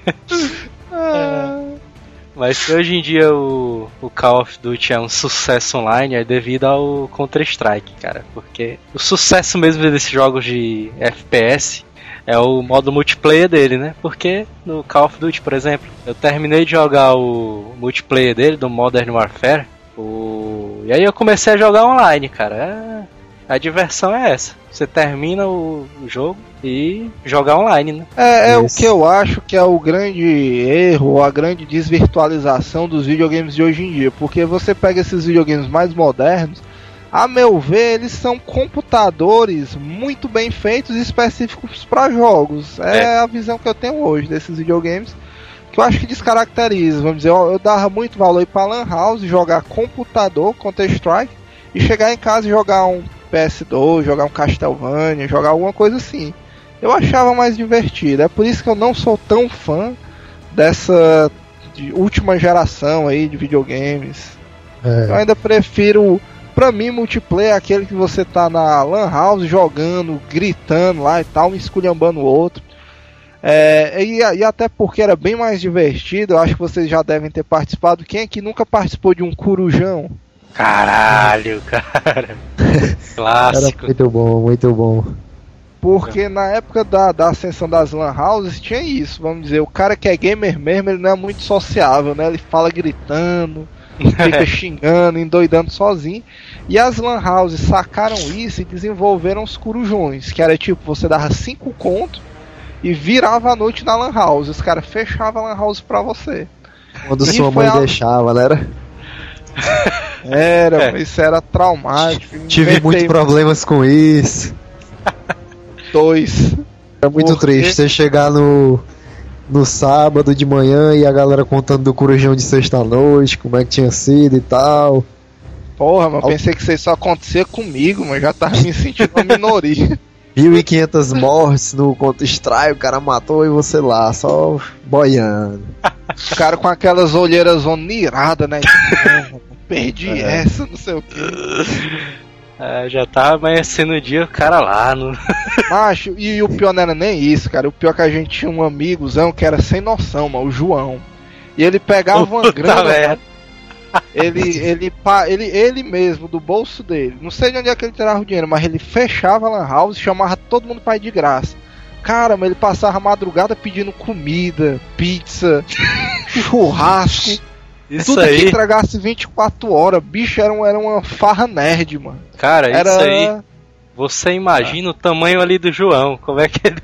Mas se hoje em dia o Call of Duty é um sucesso online, é devido ao Counter-Strike, cara. Porque o sucesso mesmo desses jogos de FPS é o modo multiplayer dele, né? Porque no Call of Duty, por exemplo, eu terminei de jogar o multiplayer dele, do Modern Warfare, e aí eu comecei a jogar online, cara. A diversão é essa. Você termina o jogo e jogar online, né? É o que eu acho que é o grande erro, a grande desvirtualização dos videogames de hoje em dia. Porque você pega esses videogames mais modernos, a meu ver, eles são computadores muito bem feitos e específicos para jogos. É a visão que eu tenho hoje desses videogames, que eu acho que descaracteriza. Vamos dizer, eu dava muito valor para Lan House, jogar computador, Counter-Strike, e chegar em casa e jogar um PS2, jogar um Castlevania, jogar alguma coisa assim. Eu achava mais divertido. É por isso que eu não sou tão fã dessa última geração aí de videogames. Eu ainda prefiro... Pra mim, multiplayer é aquele que você tá na Lan House jogando, gritando lá e tal, esculhambando o outro. E até porque era bem mais divertido, eu acho que vocês já devem ter participado. Quem é que nunca participou de um corujão? Caralho, cara. Clássico. Era muito bom, muito bom. Porque na época da ascensão das Lan Houses tinha isso, vamos dizer, o cara que é gamer mesmo, ele não é muito sociável, né? Ele fala gritando, fica xingando, endoidando sozinho. E as Lan Houses sacaram isso e desenvolveram os corujões, que era tipo, você dava 5 conto e virava a noite na Lan House. Os caras fechavam a Lan House pra você. Quando sua mãe deixava, né? Isso era traumático. Tive muitos problemas com isso. 2. Era muito triste você chegar no sábado de manhã e a galera contando do corujão de sexta-noite, como é que tinha sido e tal. Porra, mano, pensei que isso só acontecia comigo, mas já tava me sentindo uma minoria. 1.500 mortes no Counter-Strike, o cara matou e você lá, só boiando. O cara com aquelas olheiras oniradas, né? Perdi essa, não sei o que. Já tava amanhecendo o dia, o cara lá no... Macho, e o pior não era nem isso, cara. O pior é que a gente tinha um amigozão que era sem noção, mano, o João. E ele pegava uma grana, ele mesmo, do bolso dele, não sei de onde é que ele tirava o dinheiro, mas ele fechava a Lan House e chamava todo mundo pra ir de graça. Cara, mas ele passava a madrugada pedindo comida, pizza, churrasco. Isso Tudo aí. que entregasse 24 horas. Bicho, era uma farra nerd, mano. Cara, Era... isso aí. Você imagina o tamanho ali do João. Como é que ele.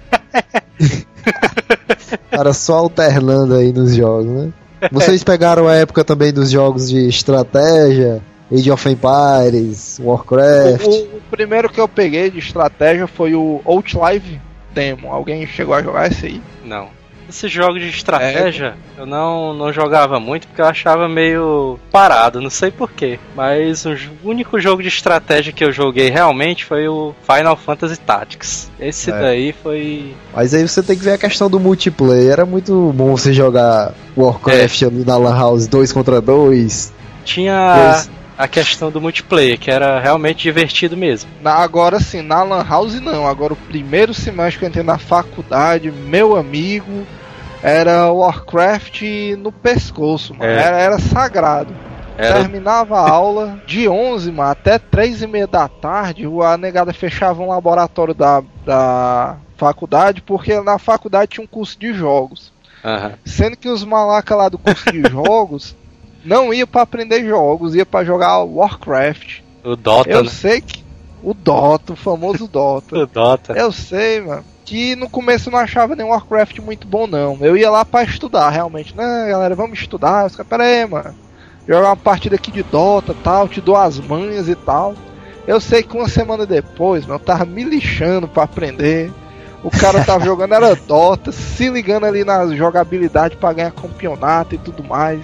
Cara, só alternando aí nos jogos, né? Vocês pegaram a época também dos jogos de estratégia, Age of Empires, Warcraft? O primeiro que eu peguei de estratégia foi o Outlive Demo. Alguém chegou a jogar esse aí? Não. Esses jogos de estratégia eu não jogava muito porque eu achava meio parado, não sei porquê. Mas o único jogo de estratégia que eu joguei realmente foi o Final Fantasy Tactics. Esse daí foi... Mas aí você tem que ver a questão do multiplayer. Era muito bom você jogar Warcraft ali na Lan House 2 contra 2. Tinha a questão do multiplayer, que era realmente divertido mesmo. Agora sim, na Lan House não. Agora o primeiro semestre que eu entrei na faculdade, meu amigo... Era Warcraft no pescoço, mano. Era sagrado. Terminava a aula de 11, mano, até 3:30 da tarde. A negada fechava um laboratório da faculdade, porque na faculdade tinha um curso de jogos. Sendo que os malacas lá do curso de jogos não ia pra aprender jogos, ia pra jogar Warcraft. O Dota, Eu sei que... O Dota, o famoso Dota. O Dota. Eu sei, mano. Que no começo eu não achava nenhum Warcraft muito bom, não. Eu ia lá pra estudar, realmente. Não, galera, vamos estudar. Os caras, pera aí, mano. Jogar uma partida aqui de Dota, tal. Te dou as manhas e tal. Eu sei que uma semana depois, mano, eu tava me lixando pra aprender. O cara tava jogando, era Dota. Se ligando ali na jogabilidade pra ganhar campeonato e tudo mais.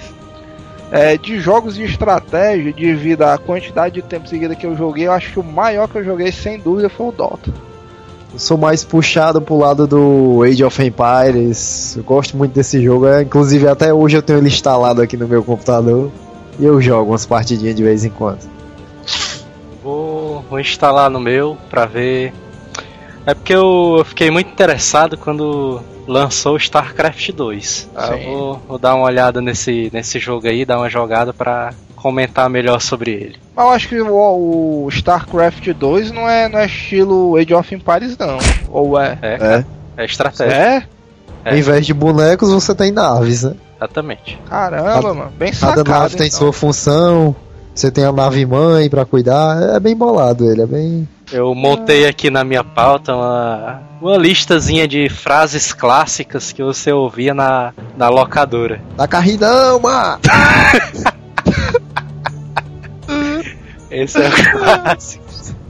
De jogos de estratégia, devido à quantidade de tempo seguida que eu joguei, eu acho que o maior que eu joguei, sem dúvida, foi o Dota. Eu sou mais puxado pro lado do Age of Empires. Eu gosto muito desse jogo. Inclusive até hoje eu tenho ele instalado aqui no meu computador. E eu jogo umas partidinhas de vez em quando. Vou instalar no meu pra ver. É porque eu fiquei muito interessado quando lançou o StarCraft 2. Eu vou dar uma olhada nesse jogo aí, dar uma jogada pra comentar melhor sobre ele. Mas eu acho que o StarCraft 2 não é estilo Age of Empires, não. Ou é? É estratégia. Ao invés de bonecos, você tem naves, né? Exatamente. Caramba, mano. Bem sacado. Cada nave tem sua função. Você tem a nave mãe pra cuidar. É bem bolado ele, é bem... Eu montei aqui na minha pauta uma listazinha de frases clássicas que você ouvia na locadora. Da carridão, mano! Esse é o clássico.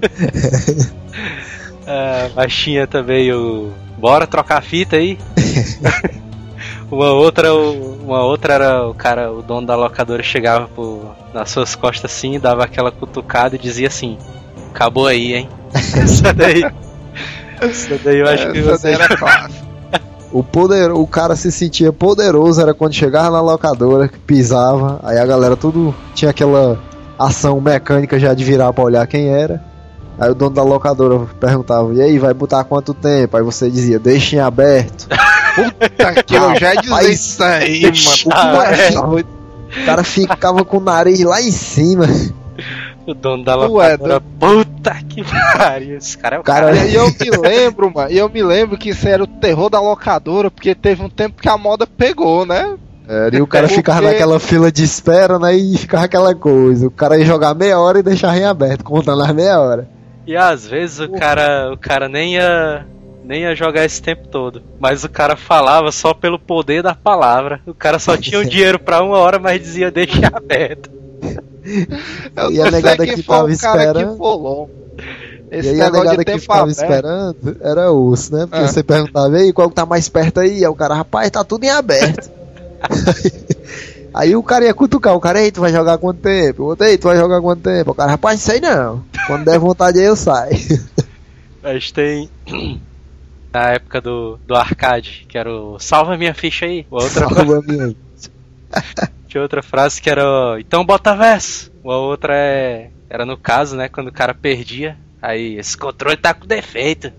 Mas tinha também o bora trocar a fita aí. Uma outra era o dono da locadora chegava nas suas costas assim, dava aquela cutucada e dizia assim: acabou aí, hein? Essa daí eu acho que você era clássico. O cara se sentia poderoso era quando chegava na locadora, que pisava, aí a galera tudo tinha aquela ação mecânica já de virar pra olhar quem era. Aí o dono da locadora perguntava: e aí, vai botar quanto tempo? Aí você dizia: deixa em aberto. Puta que eu já dizia isso aí, mano. O cara ficava com o nariz lá em cima. O dono da locadora, puta que pariu, esse cara é o cara. E eu me lembro que isso era o terror da locadora, porque teve um tempo que a moda pegou, né? E o cara ficava naquela fila de espera, né? E ficava aquela coisa. O cara ia jogar meia hora e deixar em aberto, contando as meia hora. E às vezes o cara nem ia jogar esse tempo todo. Mas o cara falava só pelo poder da palavra. O cara só tinha o dinheiro pra 1 hora, mas dizia deixa aberto. E a negada que tava esperando. Esse e aí a negada que ficava esperando era osso, né? Porque você perguntava: aí, qual que tá mais perto aí? Aí o cara: rapaz, tá tudo em aberto. Aí o cara ia cutucar, o cara: ei, tu vai jogar quanto tempo? O outro: ei, tu vai jogar quanto tempo? O cara: rapaz, não sei não. Quando der vontade aí eu saio. Mas tem na época do arcade, que era o salva minha ficha aí. Salva minha. Tinha outra frase que era: então bota verso. A outra era no caso, né, quando o cara perdia. Aí, esse controle tá com defeito.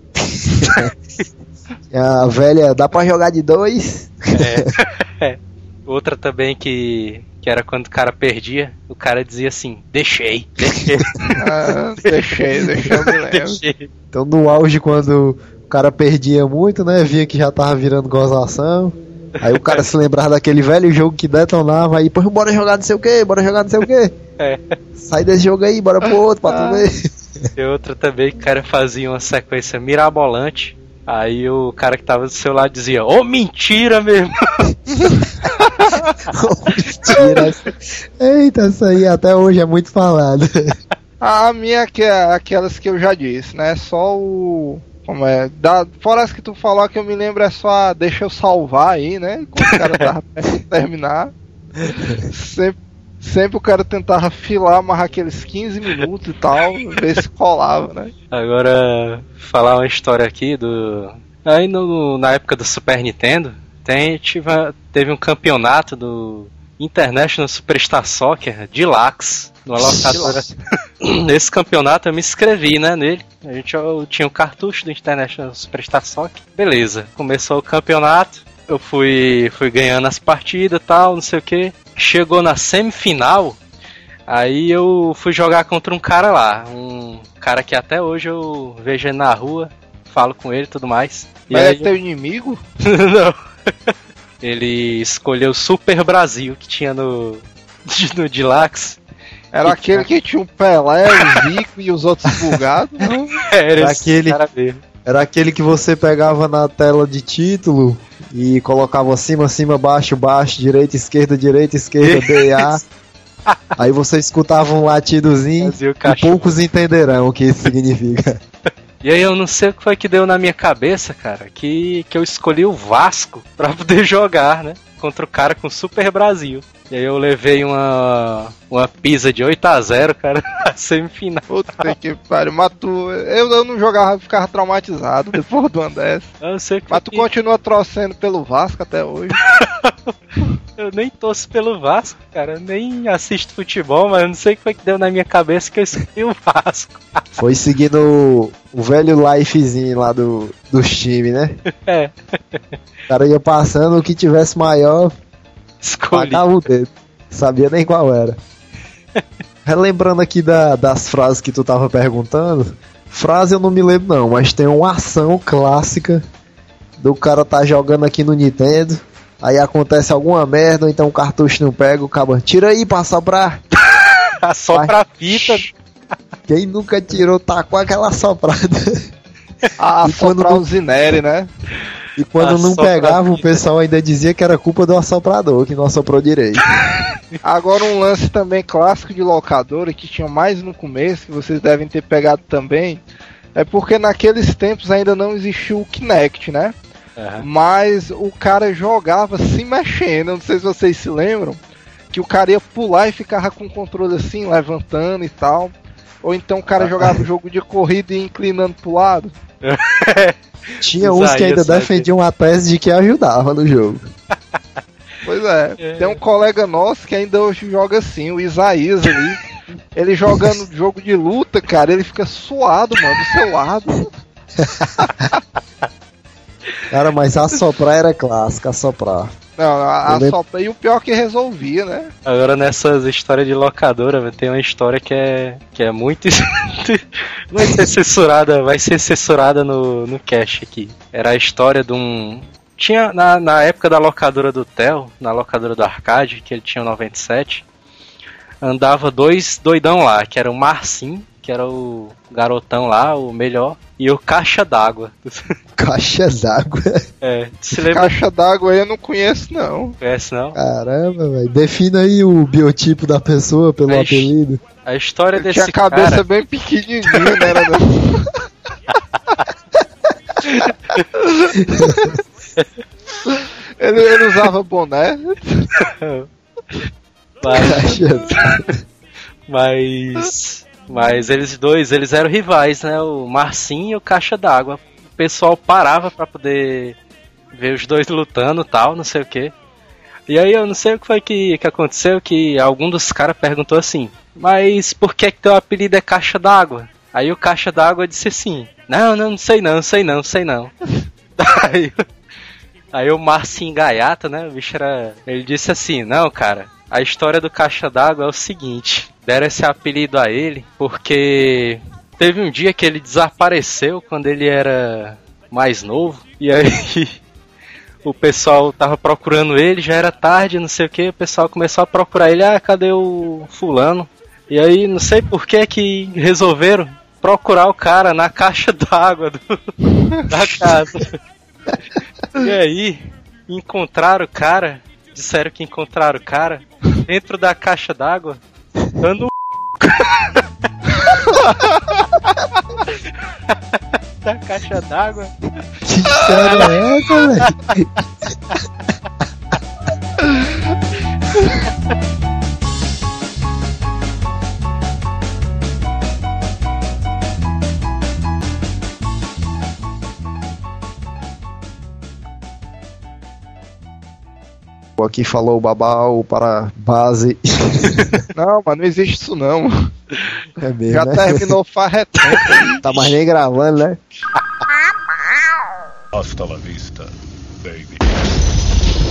A velha: dá pra jogar de 2? Outra também que era quando o cara perdia, o cara dizia assim: deixei. Deixei, eu me lembro. Então no auge, quando o cara perdia muito, né, via que já tava virando gozação, Aí o cara se lembrava daquele velho jogo que detonava, aí, pô, bora jogar não sei o que, bora jogar não sei o que. Sai desse jogo aí, bora pro outro pra tu ver. E outra também, que o cara fazia uma sequência mirabolante. Aí o cara que tava do seu lado dizia, ô mentira mesmo. Mentira. Eita, isso aí até hoje é muito falado. A minha é aquelas que eu já disse, né? Só o... Como é? Fora as que tu falou, que eu me lembro é só deixa eu salvar aí, né? Quando o cara tava perto de terminar. Sempre o cara tentava filar, amarrar aqueles 15 minutos e tal, ver se colava, né? Agora, falar uma história aqui do... Aí na época do Super Nintendo, teve um campeonato do International Superstar Soccer Deluxe, numa locadora. Nesse campeonato eu me inscrevi, né, nele. Eu tinha o cartucho do International Superstar Soccer. Beleza, começou o campeonato, eu fui ganhando as partidas e tal, não sei o que. Chegou na semifinal, aí eu fui jogar contra um cara lá. Um cara que até hoje eu vejo ele na rua, falo com ele e tudo mais. Mas é teu inimigo? Não. Ele escolheu o Super Brasil que tinha no Deluxe. Era aquele que tinha um Pelé, o Zico e os outros bugados? Era aquele cara mesmo. Era aquele que você pegava na tela de título e colocava cima, baixo, direita, esquerda, BA. Aí você escutava um latidozinho e poucos entenderão o que isso significa. E aí eu não sei o que foi que deu na minha cabeça, cara, que eu escolhi o Vasco pra poder jogar, né? Contra o cara com Super Brasil. E aí eu levei uma pizza de 8-0, cara, na semifinal. Puta que pariu, mas eu não jogava, ficava traumatizado depois do Andrés. Mas tu continua torcendo pelo Vasco até hoje. Eu nem torço pelo Vasco, cara, eu nem assisto futebol, mas eu não sei o que foi que deu na minha cabeça que eu escolhi o Vasco. Foi seguindo o velho lifezinho lá dos times, né? É. O cara ia passando, o que tivesse maior, pagava o dedo. Sabia nem qual era. Relembrando aqui das frases que tu tava perguntando, frase eu não me lembro não, mas tem uma ação clássica do cara tá jogando aqui no Nintendo, aí acontece alguma merda, ou então o cartucho não pega, o cabo tira aí pra soprar. Sopra a fita. Quem nunca tirou, tá com aquela soprada. Soprar o Zineri, né? E quando não pegava, o pessoal ainda dizia que era culpa do assoprador, que não assoprou direito. Agora um lance também clássico de locadora, que tinha mais no começo, que vocês devem ter pegado também, é porque naqueles tempos ainda não existia o Kinect, né? Uhum. Mas o cara jogava se mexendo, não sei se vocês se lembram, que o cara ia pular e ficava com o controle assim, levantando e tal. Ou então o cara jogava um jogo de corrida e inclinando pro lado. Tinha uns que ainda defendiam a tese de que ajudava no jogo. Pois é, tem um colega nosso que ainda hoje joga assim, o Isaías ali. Ele jogando jogo de luta, cara, ele fica suado, mano, do seu lado. Cara, mas assoprar era clássico, assoprar. Não, assoprar, e o pior que resolvia, né? Agora nessas histórias de locadora, tem uma história que é muito... vai ser censurada no cast aqui. Era a história de um... Tinha, na época da locadora do Theo, na locadora do Arcade, que ele tinha o 97, andava dois doidão lá, que era o Marcinho, que era o garotão lá, o melhor, e o Caixa d'Água. Caixa d'Água? É, se lembra? Caixa d'Água aí eu não conheço, não. Conhece, não? Caramba, velho. Defina aí o biotipo da pessoa pelo apelido. A história desse cara... Tinha a cabeça bem pequenininha, né? Ele usava boné. Mas eles eram rivais, né? O Marcinho e o Caixa d'Água. O pessoal parava pra poder ver os dois lutando e tal, não sei o que. E aí eu não sei o que foi que aconteceu, que algum dos caras perguntou assim, mas por que teu apelido é Caixa d'Água? Aí o Caixa d'Água disse assim, não sei não. Aí o Marcinho Gaiata, né, o bicho ele disse assim, não cara, a história do Caixa d'Água é o seguinte, deram esse apelido a ele porque teve um dia que ele desapareceu quando ele era mais novo, e aí o pessoal tava procurando ele, já era tarde, não sei o que, o pessoal começou a procurar ele, cadê o fulano? E aí, não sei por que resolveram procurar o cara na caixa d'água da casa. E aí, encontraram o cara, disseram que encontraram o cara dentro da caixa d'água, dando da caixa d'água. Que história é essa, velho? Aqui falou o Babau para base. Não, mas não existe isso não. É mesmo, já né? terminou faz tempo. Tá mais nem gravando, né? Hasta la vista, baby.